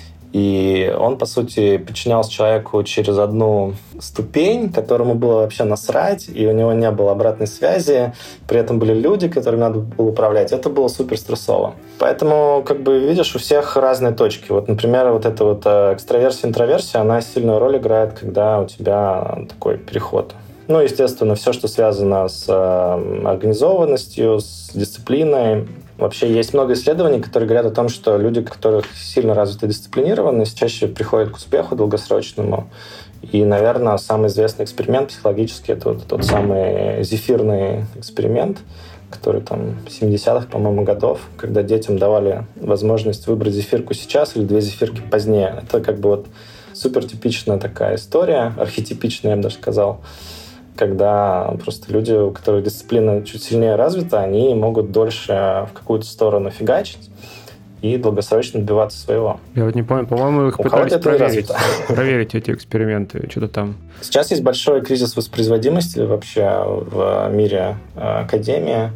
И он, по сути, подчинялся человеку через одну ступень, которому было вообще насрать, и у него не было обратной связи. При этом были люди, которыми надо было управлять. Это было супер стрессово. Поэтому, как бы, видишь, у всех разные точки. Вот, например, вот эта вот экстраверсия-интроверсия, она сильную роль играет, когда у тебя такой переход. Ну, естественно, все, что связано с организованностью, с дисциплиной. Вообще есть много исследований, которые говорят о том, что люди, у которых сильно развита дисциплинированность, чаще приходят к успеху долгосрочному. И, наверное, самый известный эксперимент психологический – это вот тот самый зефирный эксперимент, который там в семидесятых, по-моему, годов, когда детям давали возможность выбрать зефирку сейчас или две зефирки позднее. Это как бы вот супертипичная такая история, архетипичная, я бы даже сказал, когда просто люди, у которых дисциплина чуть сильнее развита, они могут дольше в какую-то сторону фигачить и долгосрочно добиваться своего. Я вот не помню, по-моему, их у пытались проверить, проверить эти эксперименты, что-то там. Сейчас есть большой кризис воспроизводимости вообще в мире академии.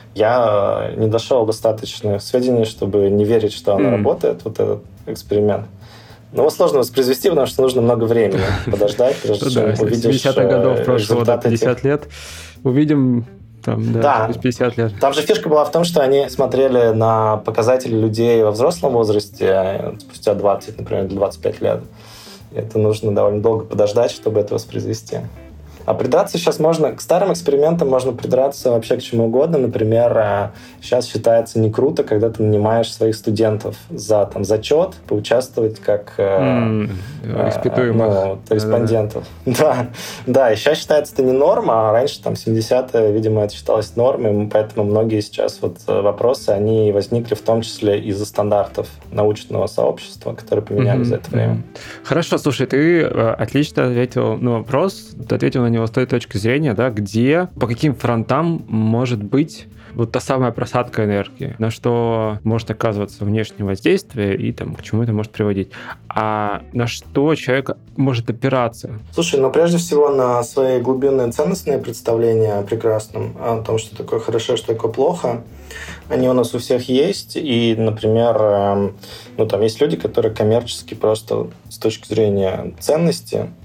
Я не дошел достаточно сведений, чтобы не верить, что она mm. работает, вот этот эксперимент. Но его сложно воспроизвести, потому что нужно много времени подождать, прежде чем увидишь семидесятых годов прошлого до пятьдесят лет. Увидим там, да, да, через пятьдесят лет. Там же фишка была в том, что они смотрели на показатели людей во взрослом возрасте спустя двадцать, например, двадцать пять лет. И это нужно довольно долго подождать, чтобы это воспроизвести. А придраться сейчас можно, к старым экспериментам можно придраться вообще к чему угодно. Например, сейчас считается не круто, когда ты нанимаешь своих студентов за там, зачет, поучаствовать как mm, испытуемых ну, респондентов. Да, да, и сейчас считается это не норма, а раньше, там, в семидесятые, видимо, это считалось нормой, поэтому многие сейчас вот вопросы, они возникли в том числе из-за стандартов научного сообщества, которые поменялись mm-hmm. за это время. Хорошо, слушай, ты отлично ответил на вопрос, ты ответил на него с той точки зрения, да, где, по каким фронтам может быть вот та самая просадка энергии, на что может оказываться внешнее воздействие и там, к чему это может приводить. А на что человек может опираться? Слушай, ну прежде всего на свои глубинные ценностные представления о прекрасном, о том, что такое хорошо, что такое плохо. Они у нас у всех есть. И, например, ну, там есть люди, которые коммерчески просто с точки зрения ценности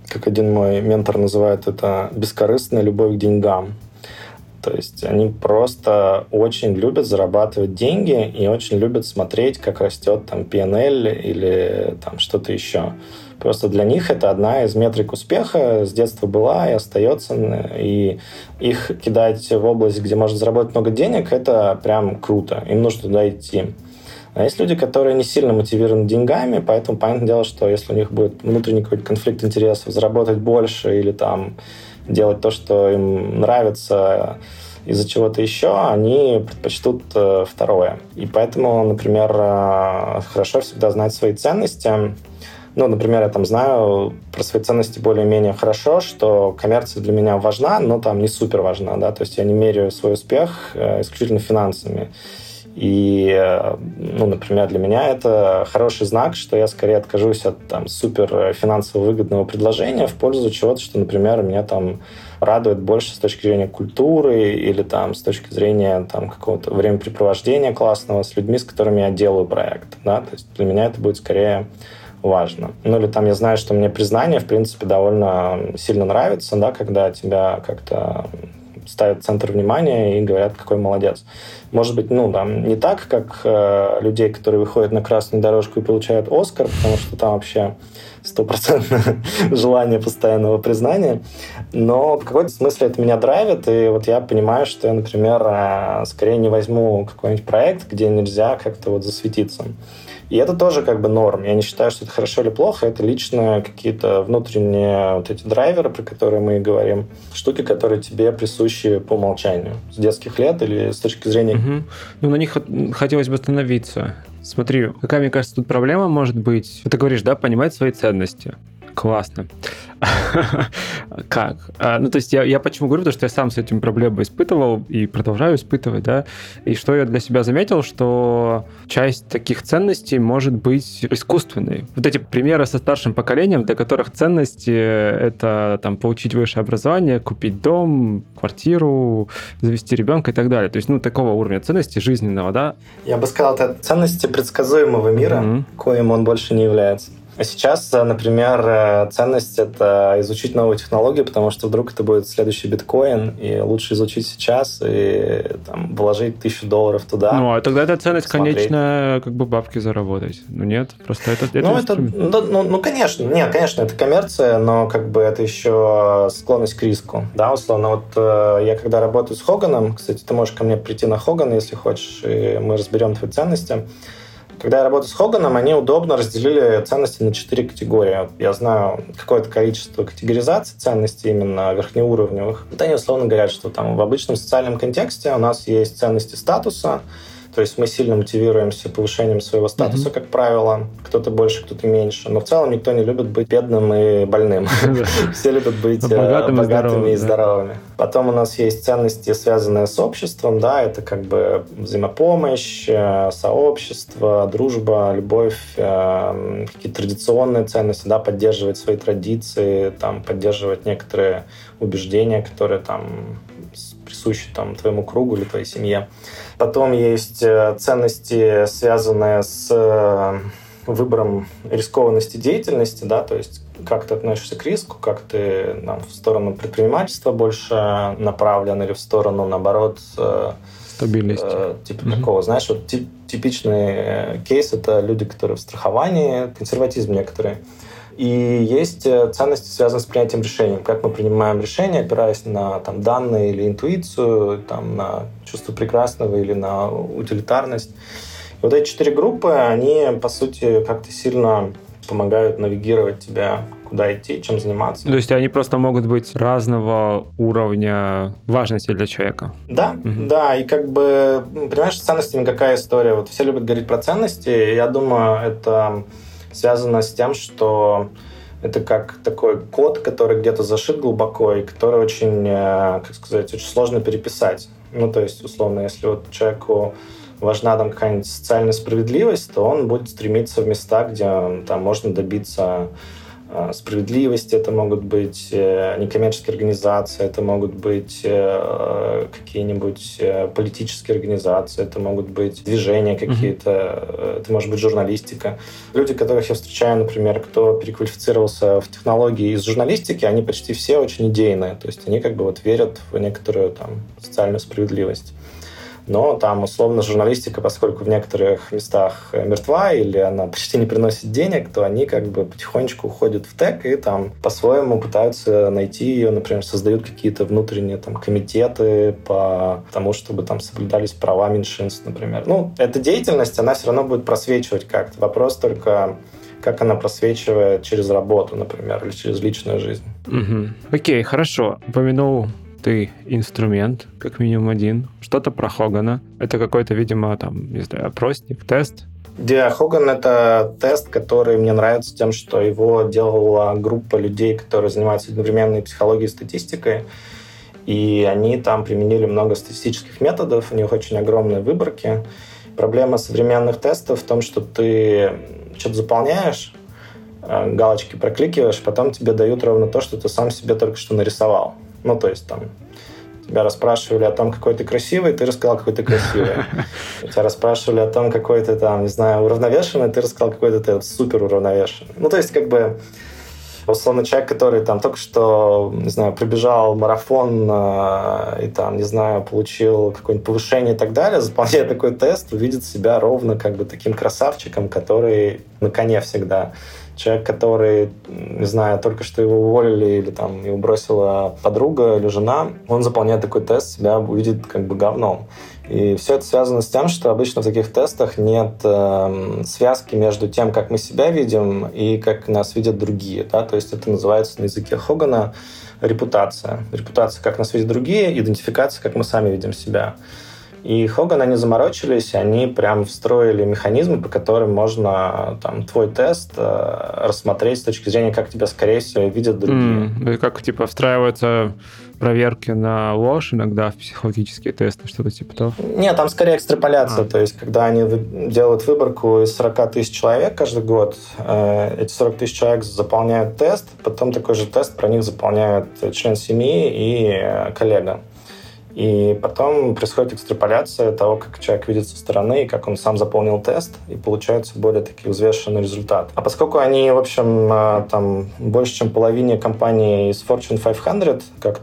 как один мой ментор называет это, бескорыстная любовь к деньгам. То есть они просто очень любят зарабатывать деньги и очень любят смотреть, как растет там пи эн эл или там что-то еще. Просто для них это одна из метрик успеха, с детства была и остается. И их кидать в область, где можно заработать много денег, это прям круто. Им нужно туда идти. А есть люди, которые не сильно мотивированы деньгами, поэтому понятное дело, что если у них будет внутренний какой-то конфликт интересов, заработать больше или там делать то, что им нравится из-за чего-то еще, они предпочтут второе. И поэтому, например, хорошо всегда знать свои ценности. Ну, например, я там знаю про свои ценности более-менее хорошо, что коммерция для меня важна, но там не супер важна, да, то есть я не меряю свой успех исключительно финансами. И, ну, например, для меня это хороший знак, что я скорее откажусь от там супер финансово выгодного предложения в пользу чего-то, что, например, меня там радует больше с точки зрения культуры или там с точки зрения там какого-то времяпрепровождения классного с людьми, с которыми я делаю проект, да, то есть для меня это будет скорее важно. Ну, или там я знаю, что мне признание, в принципе, довольно сильно нравится, да, когда тебя как-то ставят в центр внимания и говорят, какой молодец. Может быть, ну, там, не так, как э, людей, которые выходят на красную дорожку и получают Оскар, потому что там вообще стопроцентное желание постоянного признания, но в какой-то смысле это меня драйвит, и вот я понимаю, что я, например, э, скорее не возьму какой-нибудь проект, где нельзя как-то вот засветиться. И это тоже как бы норм. Я не считаю, что это хорошо или плохо. Это лично какие-то внутренние вот эти драйверы, про которые мы и говорим. Штуки, которые тебе присущи по умолчанию. С детских лет или с точки зрения... Угу. Ну, на них хотелось бы остановиться. Смотри, какая, мне кажется, тут проблема может быть. Ты говоришь, да, понимать свои ценности. Классно. Как? А, ну, то есть я, я почему говорю, потому что я сам с этим проблемой испытывал и продолжаю испытывать, да, и что я для себя заметил, что часть таких ценностей может быть искусственной. Вот эти примеры со старшим поколением, для которых ценности — это там получить высшее образование, купить дом, квартиру, завести ребенка и так далее. То есть, ну, такого уровня ценностей жизненного, да. Я бы сказал, это ценности предсказуемого мира, mm-hmm. коим он больше не является. А сейчас, например, ценность — это изучить новую технологию, потому что вдруг это будет следующий биткоин, и лучше изучить сейчас и там, вложить тысячу долларов туда. Ну, а тогда эта ценность, смотреть. Конечно, как бы бабки заработать. Ну, нет, просто это... это ну, это, ну, ну, ну, конечно, нет, конечно, это коммерция, но как бы это еще склонность к риску. Да, условно, вот я когда работаю с Хоганом, кстати, ты можешь ко мне прийти на Хоган, если хочешь, и мы разберем твои ценности. Когда я работаю с Хоганом, они удобно разделили ценности на четыре категории. Я знаю какое-то количество категоризаций ценностей именно верхнеуровневых. Вот они условно говорят, что там в обычном социальном контексте у нас есть ценности статуса, то есть мы сильно мотивируемся повышением своего статуса, mm-hmm. как правило. Кто-то больше, кто-то меньше. Но в целом никто не любит быть бедным и больным. Все любят быть богатыми и здоровыми. Потом у нас есть ценности, связанные с обществом. Да, это как бы взаимопомощь, сообщество, дружба, любовь, какие-то традиционные ценности, да, поддерживать свои традиции, там, поддерживать некоторые убеждения, которые там присущи там, твоему кругу или твоей семье. Потом есть ценности, связанные с выбором рискованности деятельности, да, то есть как ты относишься к риску, как ты там, в сторону предпринимательства больше направлен или в сторону, наоборот, стабильности. Э, типа mm-hmm. такого, знаешь, вот тип, типичный кейс — это люди, которые в страховании, консерватизм некоторые. И есть ценности, связанные с принятием решений. Как мы принимаем решения, опираясь на там, данные или интуицию, там, на чувство прекрасного или на утилитарность. И вот эти четыре группы, они, по сути, как-то сильно помогают навигировать тебя, куда идти, чем заниматься. То есть они просто могут быть разного уровня важности для человека. Да, угу. да. И как бы, понимаешь, с ценностями какая история? Вот все любят говорить про ценности. Я думаю, это связано с тем, что это как такой код, который где-то зашит глубоко и который очень, как сказать, очень сложно переписать. Ну, то есть, условно, если вот человеку важна там какая-нибудь социальная справедливость, то он будет стремиться в места, где там можно добиться справедливости, это могут быть некоммерческие организации, это могут быть какие-нибудь политические организации, это могут быть движения какие-то, mm-hmm. это может быть журналистика. Люди, которых я встречаю, например, кто переквалифицировался в технологии из журналистики, они почти все очень идейные, то есть они как бы вот верят в некоторую там социальную справедливость. Но там, условно, журналистика, поскольку в некоторых местах мертва или она почти не приносит денег, то они как бы потихонечку уходят в тег и там по-своему пытаются найти ее, например, создают какие-то внутренние там комитеты по тому, чтобы там соблюдались права меньшинств, например. Ну, эта деятельность, она все равно будет просвечивать как-то. Вопрос только, как она просвечивает через работу, например, или через личную жизнь. Угу. Окей, хорошо. Упомянул ты инструмент, как минимум один. Что-то про Хогана. Это какой-то, видимо, там, не знаю, опросник, тест. Да, Хоган — это тест, который мне нравится тем, что его делала группа людей, которые занимаются одновременной психологией и статистикой. И они там применили много статистических методов, у них очень огромные выборки. Проблема современных тестов в том, что ты что-то заполняешь, галочки прокликиваешь, потом тебе дают ровно то, что ты сам себе только что нарисовал. Ну, то есть там тебя расспрашивали о том, какой ты красивый, ты рассказал, какой ты красивый. Тебя расспрашивали о том, какой ты там, не знаю, уравновешенный, ты рассказал, какой ты супер уравновешенный. Ну, то есть как бы условно человек, который там только что, не знаю, пробежал марафон э, и там, не знаю, получил какое-нибудь повышение и так далее, заполняя такой тест, увидит себя ровно как бы таким красавчиком, который на коне всегда. Человек, который, не знаю, только что его уволили или там его бросила подруга или жена, он заполняет такой тест, себя увидит как бы говном. И все это связано с тем, что обычно в таких тестах нет э, связки между тем, как мы себя видим, и как нас видят другие. Да? То есть это называется на языке Хогана репутация. Репутация, как нас видят другие, идентификация, как мы сами видим себя. И Хоган, они заморочились, они прям встроили механизмы, по которым можно там, твой тест э, рассмотреть с точки зрения, как тебя, скорее всего, видят другие. Mm, и как, типа, встраиваются проверки на ложь иногда в психологические тесты, что-то типа того? Нет, там скорее экстраполяция. А. То есть, когда они делают выборку из сорок тысяч человек каждый год, э, эти сорок тысяч человек заполняют тест, потом такой же тест про них заполняют член семьи и э, коллега. И потом происходит экстраполяция того, как человек видит со стороны, и как он сам заполнил тест, и получается более такой взвешенный результат. А поскольку они, в общем, там больше, чем половине компаний из Fortune пятьсот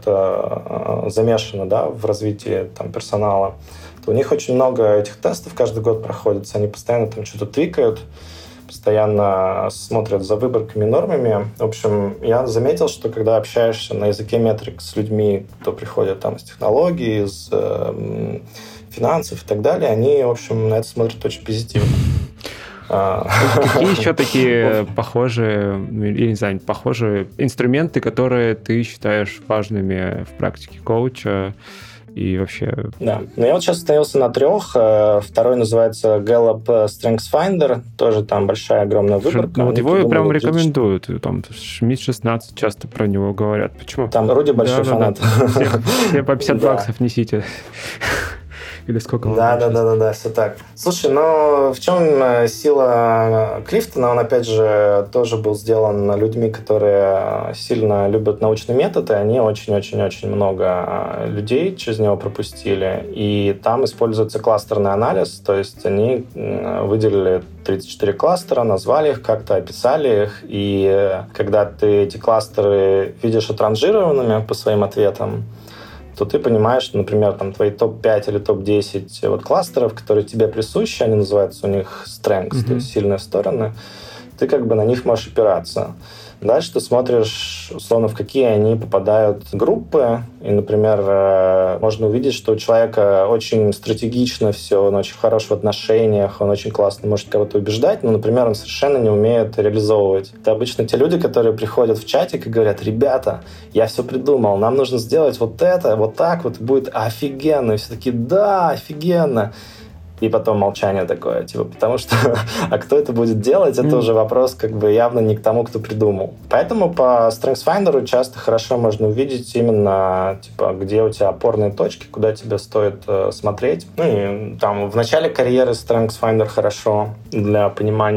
как-то замешаны, да, в развитии там, персонала, то у них очень много этих тестов каждый год проходится. Они постоянно там что-то твикают, постоянно смотрят за выборками, нормами. В общем, я заметил, что когда общаешься на языке метрик с людьми, кто приходит там из технологий, из э, финансов и так далее, они, в общем, на это смотрят очень позитивно. Какие еще такие похожие, или не знаю, похожие инструменты, которые ты считаешь важными в практике коуча? И вообще... Да. Но я вот сейчас остановился на трех. Второй называется Gallup Strengths Finder. Тоже там большая, огромная выборка. Ну, вот его прям рекомендуют. Там Шмидт шестнадцать часто про него говорят. Почему? Там Руди большой да, фанат. Да, да. Все, все по пятьдесят баксов несите. Или сколько? Да, да, да, да, да, все так. Слушай, ну в чем сила Клифтона? Он, опять же, тоже был сделан людьми, которые сильно любят научный метод, и они очень-очень-очень много людей через него пропустили. И там используется кластерный анализ, то есть они выделили тридцать четыре кластера, назвали их как-то, описали их, и когда ты эти кластеры видишь отранжированными по своим ответам, то ты понимаешь, что, например, там твои топ пять или топ десять вот кластеров, которые тебе присущи, они называются у них strengths, mm-hmm. то есть сильные стороны, ты как бы на них можешь опираться. Дальше ты смотришь, условно, в какие они попадают группы. И, например, можно увидеть, что у человека очень стратегично все, он очень хорош в отношениях, он очень классно может кого-то убеждать, но, например, он совершенно не умеет реализовывать. Это обычно те люди, которые приходят в чатик и говорят: ребята, я все придумал, нам нужно сделать вот это, вот так вот, будет офигенно. И все такие: да, офигенно. И потом молчание такое, типа, потому что, а кто это будет делать, это mm. уже вопрос как бы явно не к тому, кто придумал. Поэтому по StrengthsFinder часто хорошо можно увидеть именно, типа, где у тебя опорные точки, куда тебе стоит э, смотреть. Ну и там в начале карьеры StrengthsFinder хорошо для понимания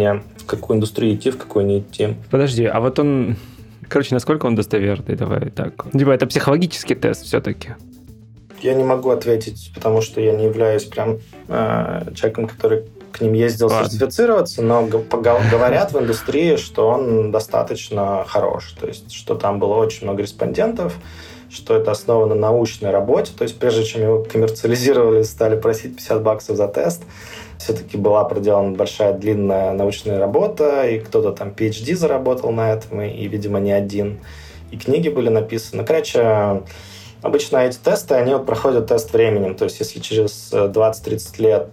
какую индустрию идти, в какую не идти. Подожди, а вот он... Короче, насколько он достоверный? Давай так. Типа, это психологический тест все-таки? Я не могу ответить, потому что я не являюсь прям э, человеком, который к ним ездил Ладно. сертифицироваться, но говорят в индустрии, что он достаточно хорош. То есть, что там было очень много респондентов, что это основано на научной работе. То есть, прежде чем его коммерциализировали, стали просить пятьдесят баксов за тест, все-таки была проделана большая длинная научная работа, и кто-то там пи эйч ди заработал на этом, и, видимо, не один. И книги были написаны. Короче, обычно эти тесты, они вот проходят тест временем. То есть, если через двадцать-тридцать лет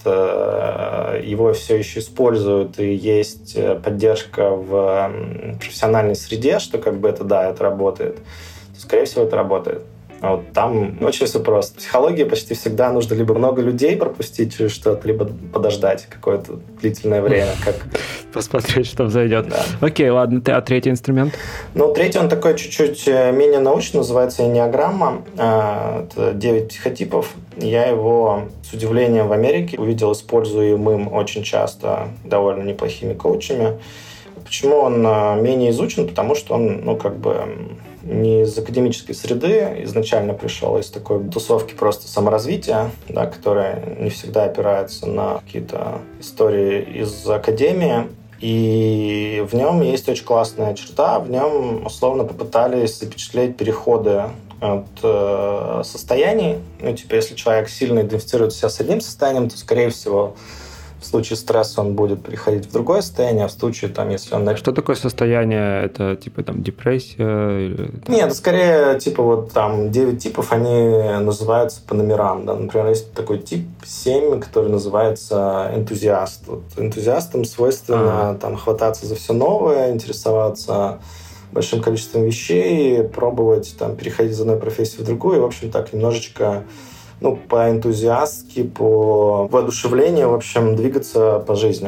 его все еще используют, и есть поддержка в профессиональной среде, что как бы это, да, это работает, то, скорее всего, это работает. Вот там очень все просто. В психологии почти всегда нужно либо много людей пропустить через что-то, либо подождать какое-то длительное время. Как... Посмотреть, что взойдет. Да. Окей, ладно. Ты, а третий инструмент? Ну, третий, он такой чуть-чуть менее научный, называется энеограмма. Это девять психотипов. Я его с удивлением в Америке увидел используемым очень часто довольно неплохими коучами. Почему он менее изучен? Потому что он, ну, как бы... не из академической среды, изначально пришел из такой тусовки просто саморазвития, да, которая не всегда опирается на какие-то истории из академии. И в нем есть очень классная черта, в нем условно попытались запечатлеть переходы от э, состояний. Ну, типа, если человек сильно идентифицирует себя с одним состоянием, то, скорее всего, в случае стресса он будет переходить в другое состояние, а в случае, там, если он... Что такое состояние? Это, типа, там, депрессия? Или... Нет, это скорее, типа, вот там девять типов, они называются по номерам, да. Например, есть такой тип семь, который называется энтузиаст. Вот энтузиастам свойственно А-а-а. там хвататься за все новое, интересоваться большим количеством вещей, пробовать там переходить из одной профессии в другую, и, в общем, так немножечко... ну, по-энтузиастски, по воодушевлению, в общем, двигаться по жизни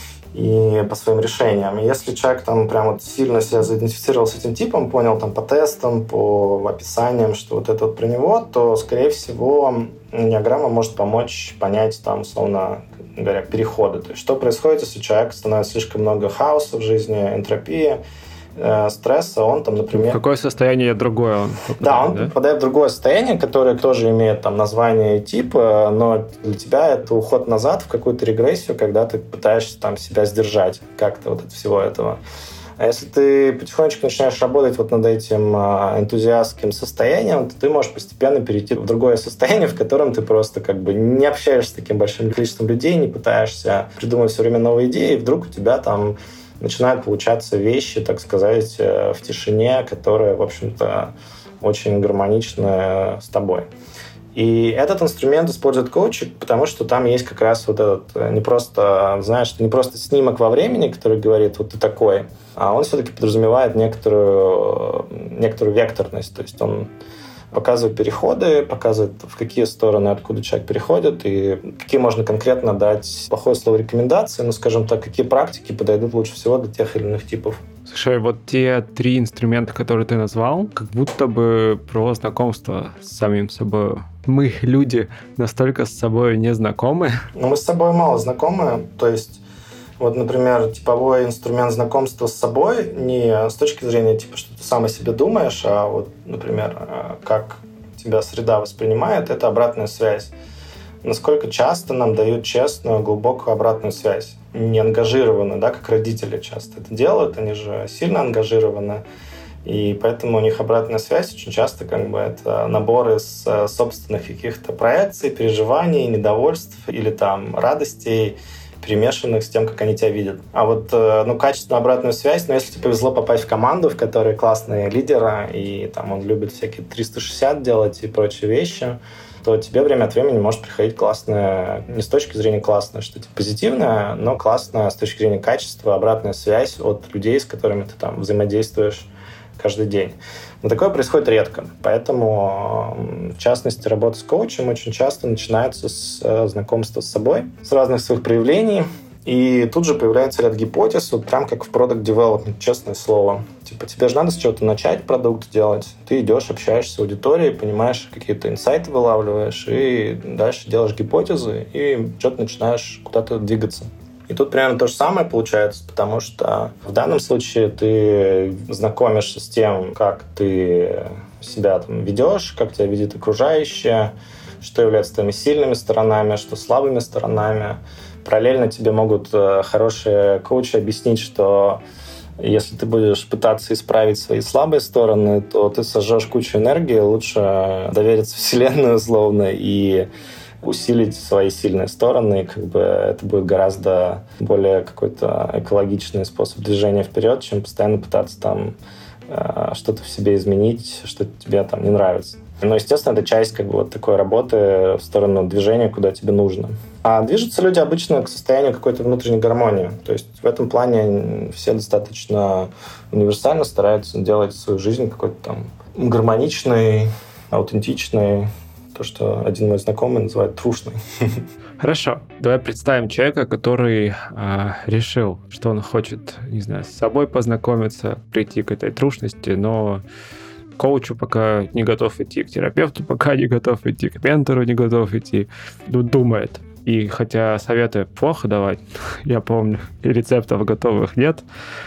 и по своим решениям. И если человек там прям вот сильно себя заидентифицировал с этим типом, понял там по тестам, по описаниям, что вот это вот про него, то, скорее всего, энеограмма может помочь понять там, условно говоря, переходы. То есть, что происходит, если человек становится слишком много хаоса в жизни, энтропии, стресса, он там, например... Какое состояние другое он попадает, Да, он да? попадает в другое состояние, которое тоже имеет там название и тип, но для тебя это уход назад в какую-то регрессию, когда ты пытаешься там себя сдержать как-то вот от всего этого. А если ты потихонечку начинаешь работать вот над этим энтузиастским состоянием, то ты можешь постепенно перейти в другое состояние, в котором ты просто как бы не общаешься с таким большим количеством людей, не пытаешься придумывать все время новые идеи, и вдруг у тебя там начинают получаться вещи, так сказать, в тишине, которые, в общем-то, очень гармоничны с тобой. И этот инструмент использует коучи, потому что там есть как раз вот этот не просто, знаешь, не просто снимок во времени, который говорит, вот ты такой, а он все-таки подразумевает некоторую, некоторую векторность. То есть он показывает переходы, показывает, в какие стороны, откуда человек переходит, и какие можно конкретно дать, плохое слово рекомендации, ну, скажем так, какие практики подойдут лучше всего для тех или иных типов. Слушай, вот те три инструмента, которые ты назвал, как будто бы про знакомство с самим собой. Мы, люди, настолько с собой не знакомы. Ну, мы с собой мало знакомы, то есть вот, например, типовой инструмент знакомства с собой не с точки зрения, типа, что ты сам о себе думаешь, а вот, например, как тебя среда воспринимает, это обратная связь. Насколько часто нам дают честную, глубокую обратную связь. Не ангажированную, да, как родители часто это делают, они же сильно ангажированы, и поэтому у них обратная связь очень часто как бы это набор из собственных каких-то проекций, переживаний, недовольств или там радостей, перемешанных с тем, как они тебя видят. А вот, ну, качественную обратную связь, ну, если тебе повезло попасть в команду, в которой классные лидеры, и там он любит всякие триста шестьдесят делать и прочие вещи, то тебе время от времени может приходить классная, не с точки зрения классная, что типа позитивная, но классная с точки зрения качества, обратная связь от людей, с которыми ты там взаимодействуешь каждый день. Но такое происходит редко. Поэтому, в частности, работа с коучем очень часто начинается с знакомства с собой, с разных своих проявлений. И тут же появляется ряд гипотез, вот прям как в product development, честное слово. Типа, тебе же надо с чего-то начать продукт делать. Ты идешь, общаешься с аудиторией, понимаешь, какие-то инсайты вылавливаешь, и дальше делаешь гипотезы, и что-то начинаешь куда-то двигаться. И тут примерно то же самое получается, потому что в данном случае ты знакомишься с тем, как ты себя там ведешь, как тебя видят окружающие, что является твоими сильными сторонами, что слабыми сторонами. Параллельно тебе могут хорошие коучи объяснить, что если ты будешь пытаться исправить свои слабые стороны, то ты сожжешь кучу энергии, лучше довериться Вселенной условно и усилить свои сильные стороны, и как бы это будет гораздо более какой-то экологичный способ движения вперед, чем постоянно пытаться там э, что-то в себе изменить, что тебе там не нравится. Но, естественно, это часть как бы вот такой работы в сторону движения, куда тебе нужно. А движутся люди обычно к состоянию какой-то внутренней гармонии. То есть в этом плане все достаточно универсально стараются делать свою жизнь какой-то там гармоничной, аутентичной, то, что один мой знакомый называет трушной. Хорошо. Давай представим человека, который э, решил, что он хочет, не знаю, с собой познакомиться, прийти к этой трушности, но к коучу пока не готов идти, к терапевту пока не готов идти, к ментору не готов идти. Думает. И хотя советы плохо давать, я помню, и рецептов готовых нет,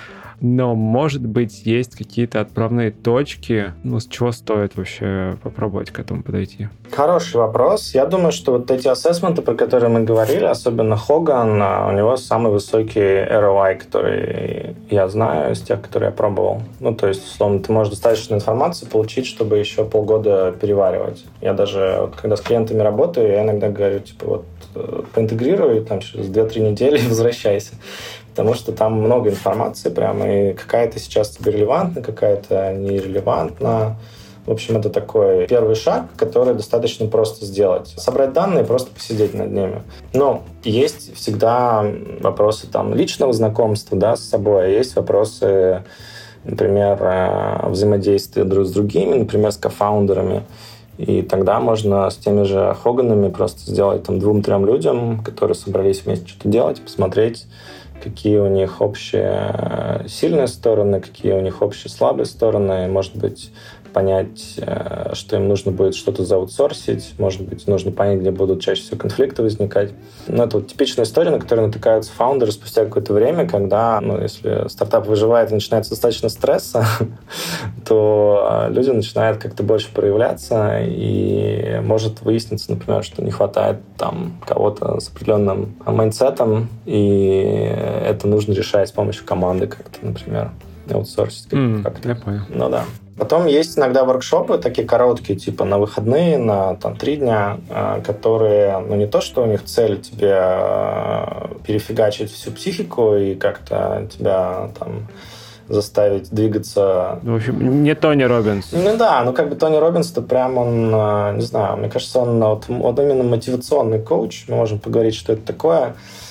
но, может быть, есть какие-то отправные точки, ну, с чего стоит вообще попробовать к этому подойти? Хороший вопрос. Я думаю, что вот эти ассессменты, про которые мы говорили, особенно Хоган, у него самый высокий эр о ай, который я знаю из тех, которые я пробовал. Ну, то есть, условно, ты можешь достаточно информации получить, чтобы еще полгода переваривать. Я даже, вот, когда с клиентами работаю, я иногда говорю, типа, вот, поинтегрируй, там, через две-три недели возвращайся. Потому что там много информации прямо, и какая-то сейчас тебе релевантна, какая-то нерелевантна. В общем, это такой первый шаг, который достаточно просто сделать. Собрать данные и просто посидеть над ними. Но есть всегда вопросы там, личного знакомства, да, с собой, а есть вопросы, например, взаимодействия друг с другими, например, с кофаундерами. И тогда можно с теми же Хоганами просто сделать там двум-трем людям, которые собрались вместе что-то делать, посмотреть, какие у них общие сильные стороны, какие у них общие слабые стороны, может быть, понять, что им нужно будет что-то заутсорсить, может быть, нужно понять, где будут чаще всего конфликты возникать. Но это вот типичная история, на которую натыкаются фаундеры спустя какое-то время, когда, ну, если стартап выживает и начинается достаточно стресса, то люди начинают как-то больше проявляться, и может выясниться, например, что не хватает там кого-то с определенным майндсетом, и это нужно решать с помощью команды как-то, например, аутсорсить. Mm, как-то. Я понял. Ну да. Потом есть иногда воркшопы, такие короткие, типа на выходные, на там, три дня, которые, ну, не то, что у них цель тебе перефигачить всю психику и как-то тебя там заставить двигаться. В общем, не Тони Роббинс. Ну да, ну как бы Тони Роббинс, это прям он, не знаю, мне кажется, он вот, вот именно мотивационный коуч, мы можем поговорить, что это такое.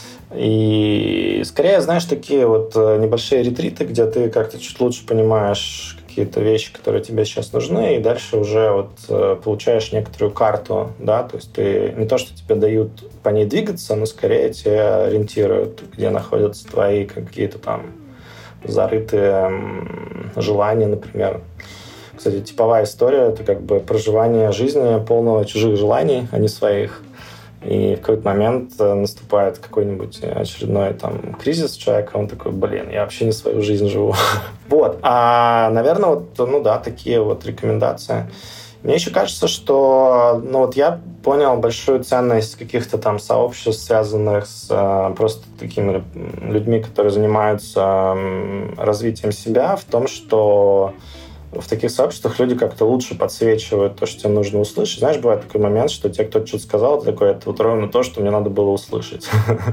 И скорее, знаешь, такие вот небольшие ретриты, где ты как-то чуть лучше понимаешь какие-то вещи, которые тебе сейчас нужны, и дальше уже вот получаешь некоторую карту, да, то есть ты не то, что тебе дают по ней двигаться, но скорее тебя ориентируют, где находятся твои какие-то там зарытые желания, например. Кстати, типовая история — это как бы проживание жизни полного чужих желаний, а не своих. И в какой-то момент наступает какой-нибудь очередной там кризис человека, он такой, блин, я вообще не свою жизнь живу. Вот. А, наверное, вот, ну да, такие вот рекомендации. Мне еще кажется, что, ну вот я понял большую ценность каких-то там сообществ, связанных с э, просто такими людьми, которые занимаются э, развитием себя, в том, что в таких сообществах люди как-то лучше подсвечивают то, что тебе нужно услышать. Знаешь, бывает такой момент, что тебе кто-то что-то сказал, ты такой, это вот ровно то, что мне надо было услышать.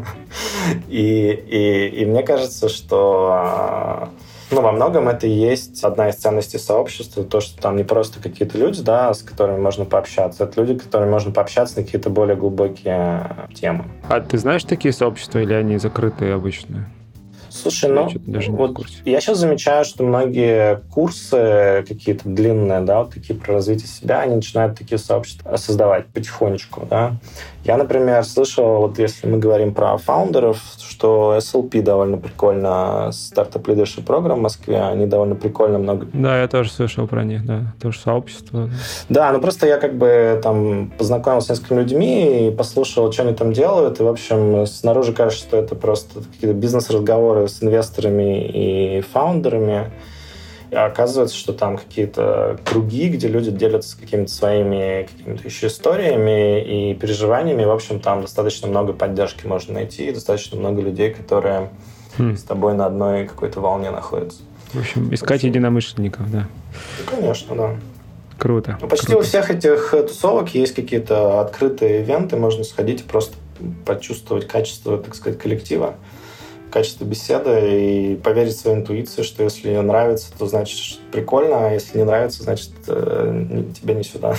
И, и, и мне кажется, что ну, во многом это и есть одна из ценностей сообщества, то, что там не просто какие-то люди, да, с которыми можно пообщаться, это люди, с которыми можно пообщаться на какие-то более глубокие темы. А ты знаешь такие сообщества или они закрытые обычные? Слушай, Я ну, что-то даже не в вот курсе. я сейчас замечаю, что многие курсы какие-то длинные, да, вот такие про развитие себя, они начинают такие сообщества создавать потихонечку, да. Я, например, слышал, вот если мы говорим про фаундеров, что эс эл пи довольно прикольно, Startup Leadership Program в Москве, они довольно прикольно много... Да, я тоже слышал про них, да. Тоже сообщество. Да, ну просто я как бы там познакомился с несколькими людьми и послушал, что они там делают, и, в общем, снаружи кажется, что это просто какие-то бизнес-разговоры с инвесторами и фаундерами. А оказывается, что там какие-то круги, где люди делятся какими-то своими какими-то еще историями и переживаниями. В общем, там достаточно много поддержки можно найти, и достаточно много людей, которые хм. с тобой на одной какой-то волне находятся. В общем, искать общем, единомышленников, да. Ну, конечно, да. Круто. Ну, почти круто. у всех этих тусовок есть какие-то открытые ивенты, можно сходить и просто почувствовать качество, так сказать, коллектива, качество беседы и поверить в свою интуицию, что если нравится, то значит прикольно, а если не нравится, значит тебе не сюда.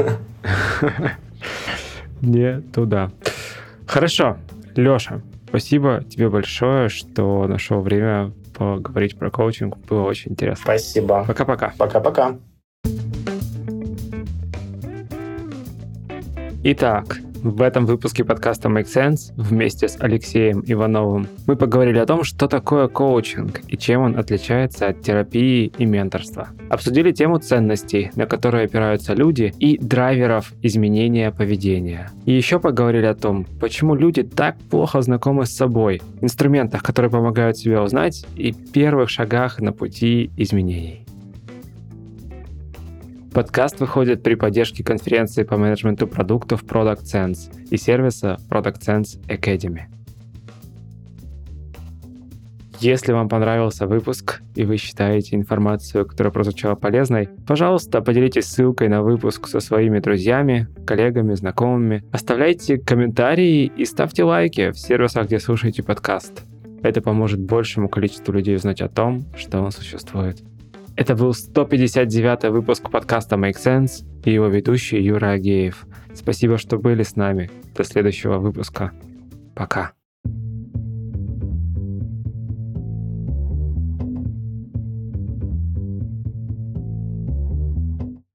Не туда. Хорошо. Леша, спасибо тебе большое, что нашел время поговорить про коучинг. Было очень интересно. Спасибо. Пока-пока. Пока-пока. Итак, в этом выпуске подкаста Make Sense вместе с Алексеем Ивановым мы поговорили о том, что такое коучинг и чем он отличается от терапии и менторства. Обсудили тему ценностей, на которые опираются люди, и драйверов изменения поведения. И еще поговорили о том, почему люди так плохо знакомы с собой, инструментах, которые помогают себя узнать, и первых шагах на пути изменений. Подкаст выходит при поддержке конференции по менеджменту продуктов Product Sense и сервиса Product Sense Academy. Если вам понравился выпуск и вы считаете информацию, которая прозвучала полезной, пожалуйста, поделитесь ссылкой на выпуск со своими друзьями, коллегами, знакомыми. Оставляйте комментарии и ставьте лайки в сервисах, где слушаете подкаст. Это поможет большему количеству людей узнать о том, что он существует. Это был сто пятьдесят девятый выпуск подкаста Make Sense и его ведущий Юра Агеев. Спасибо, что были с нами. До следующего выпуска. Пока.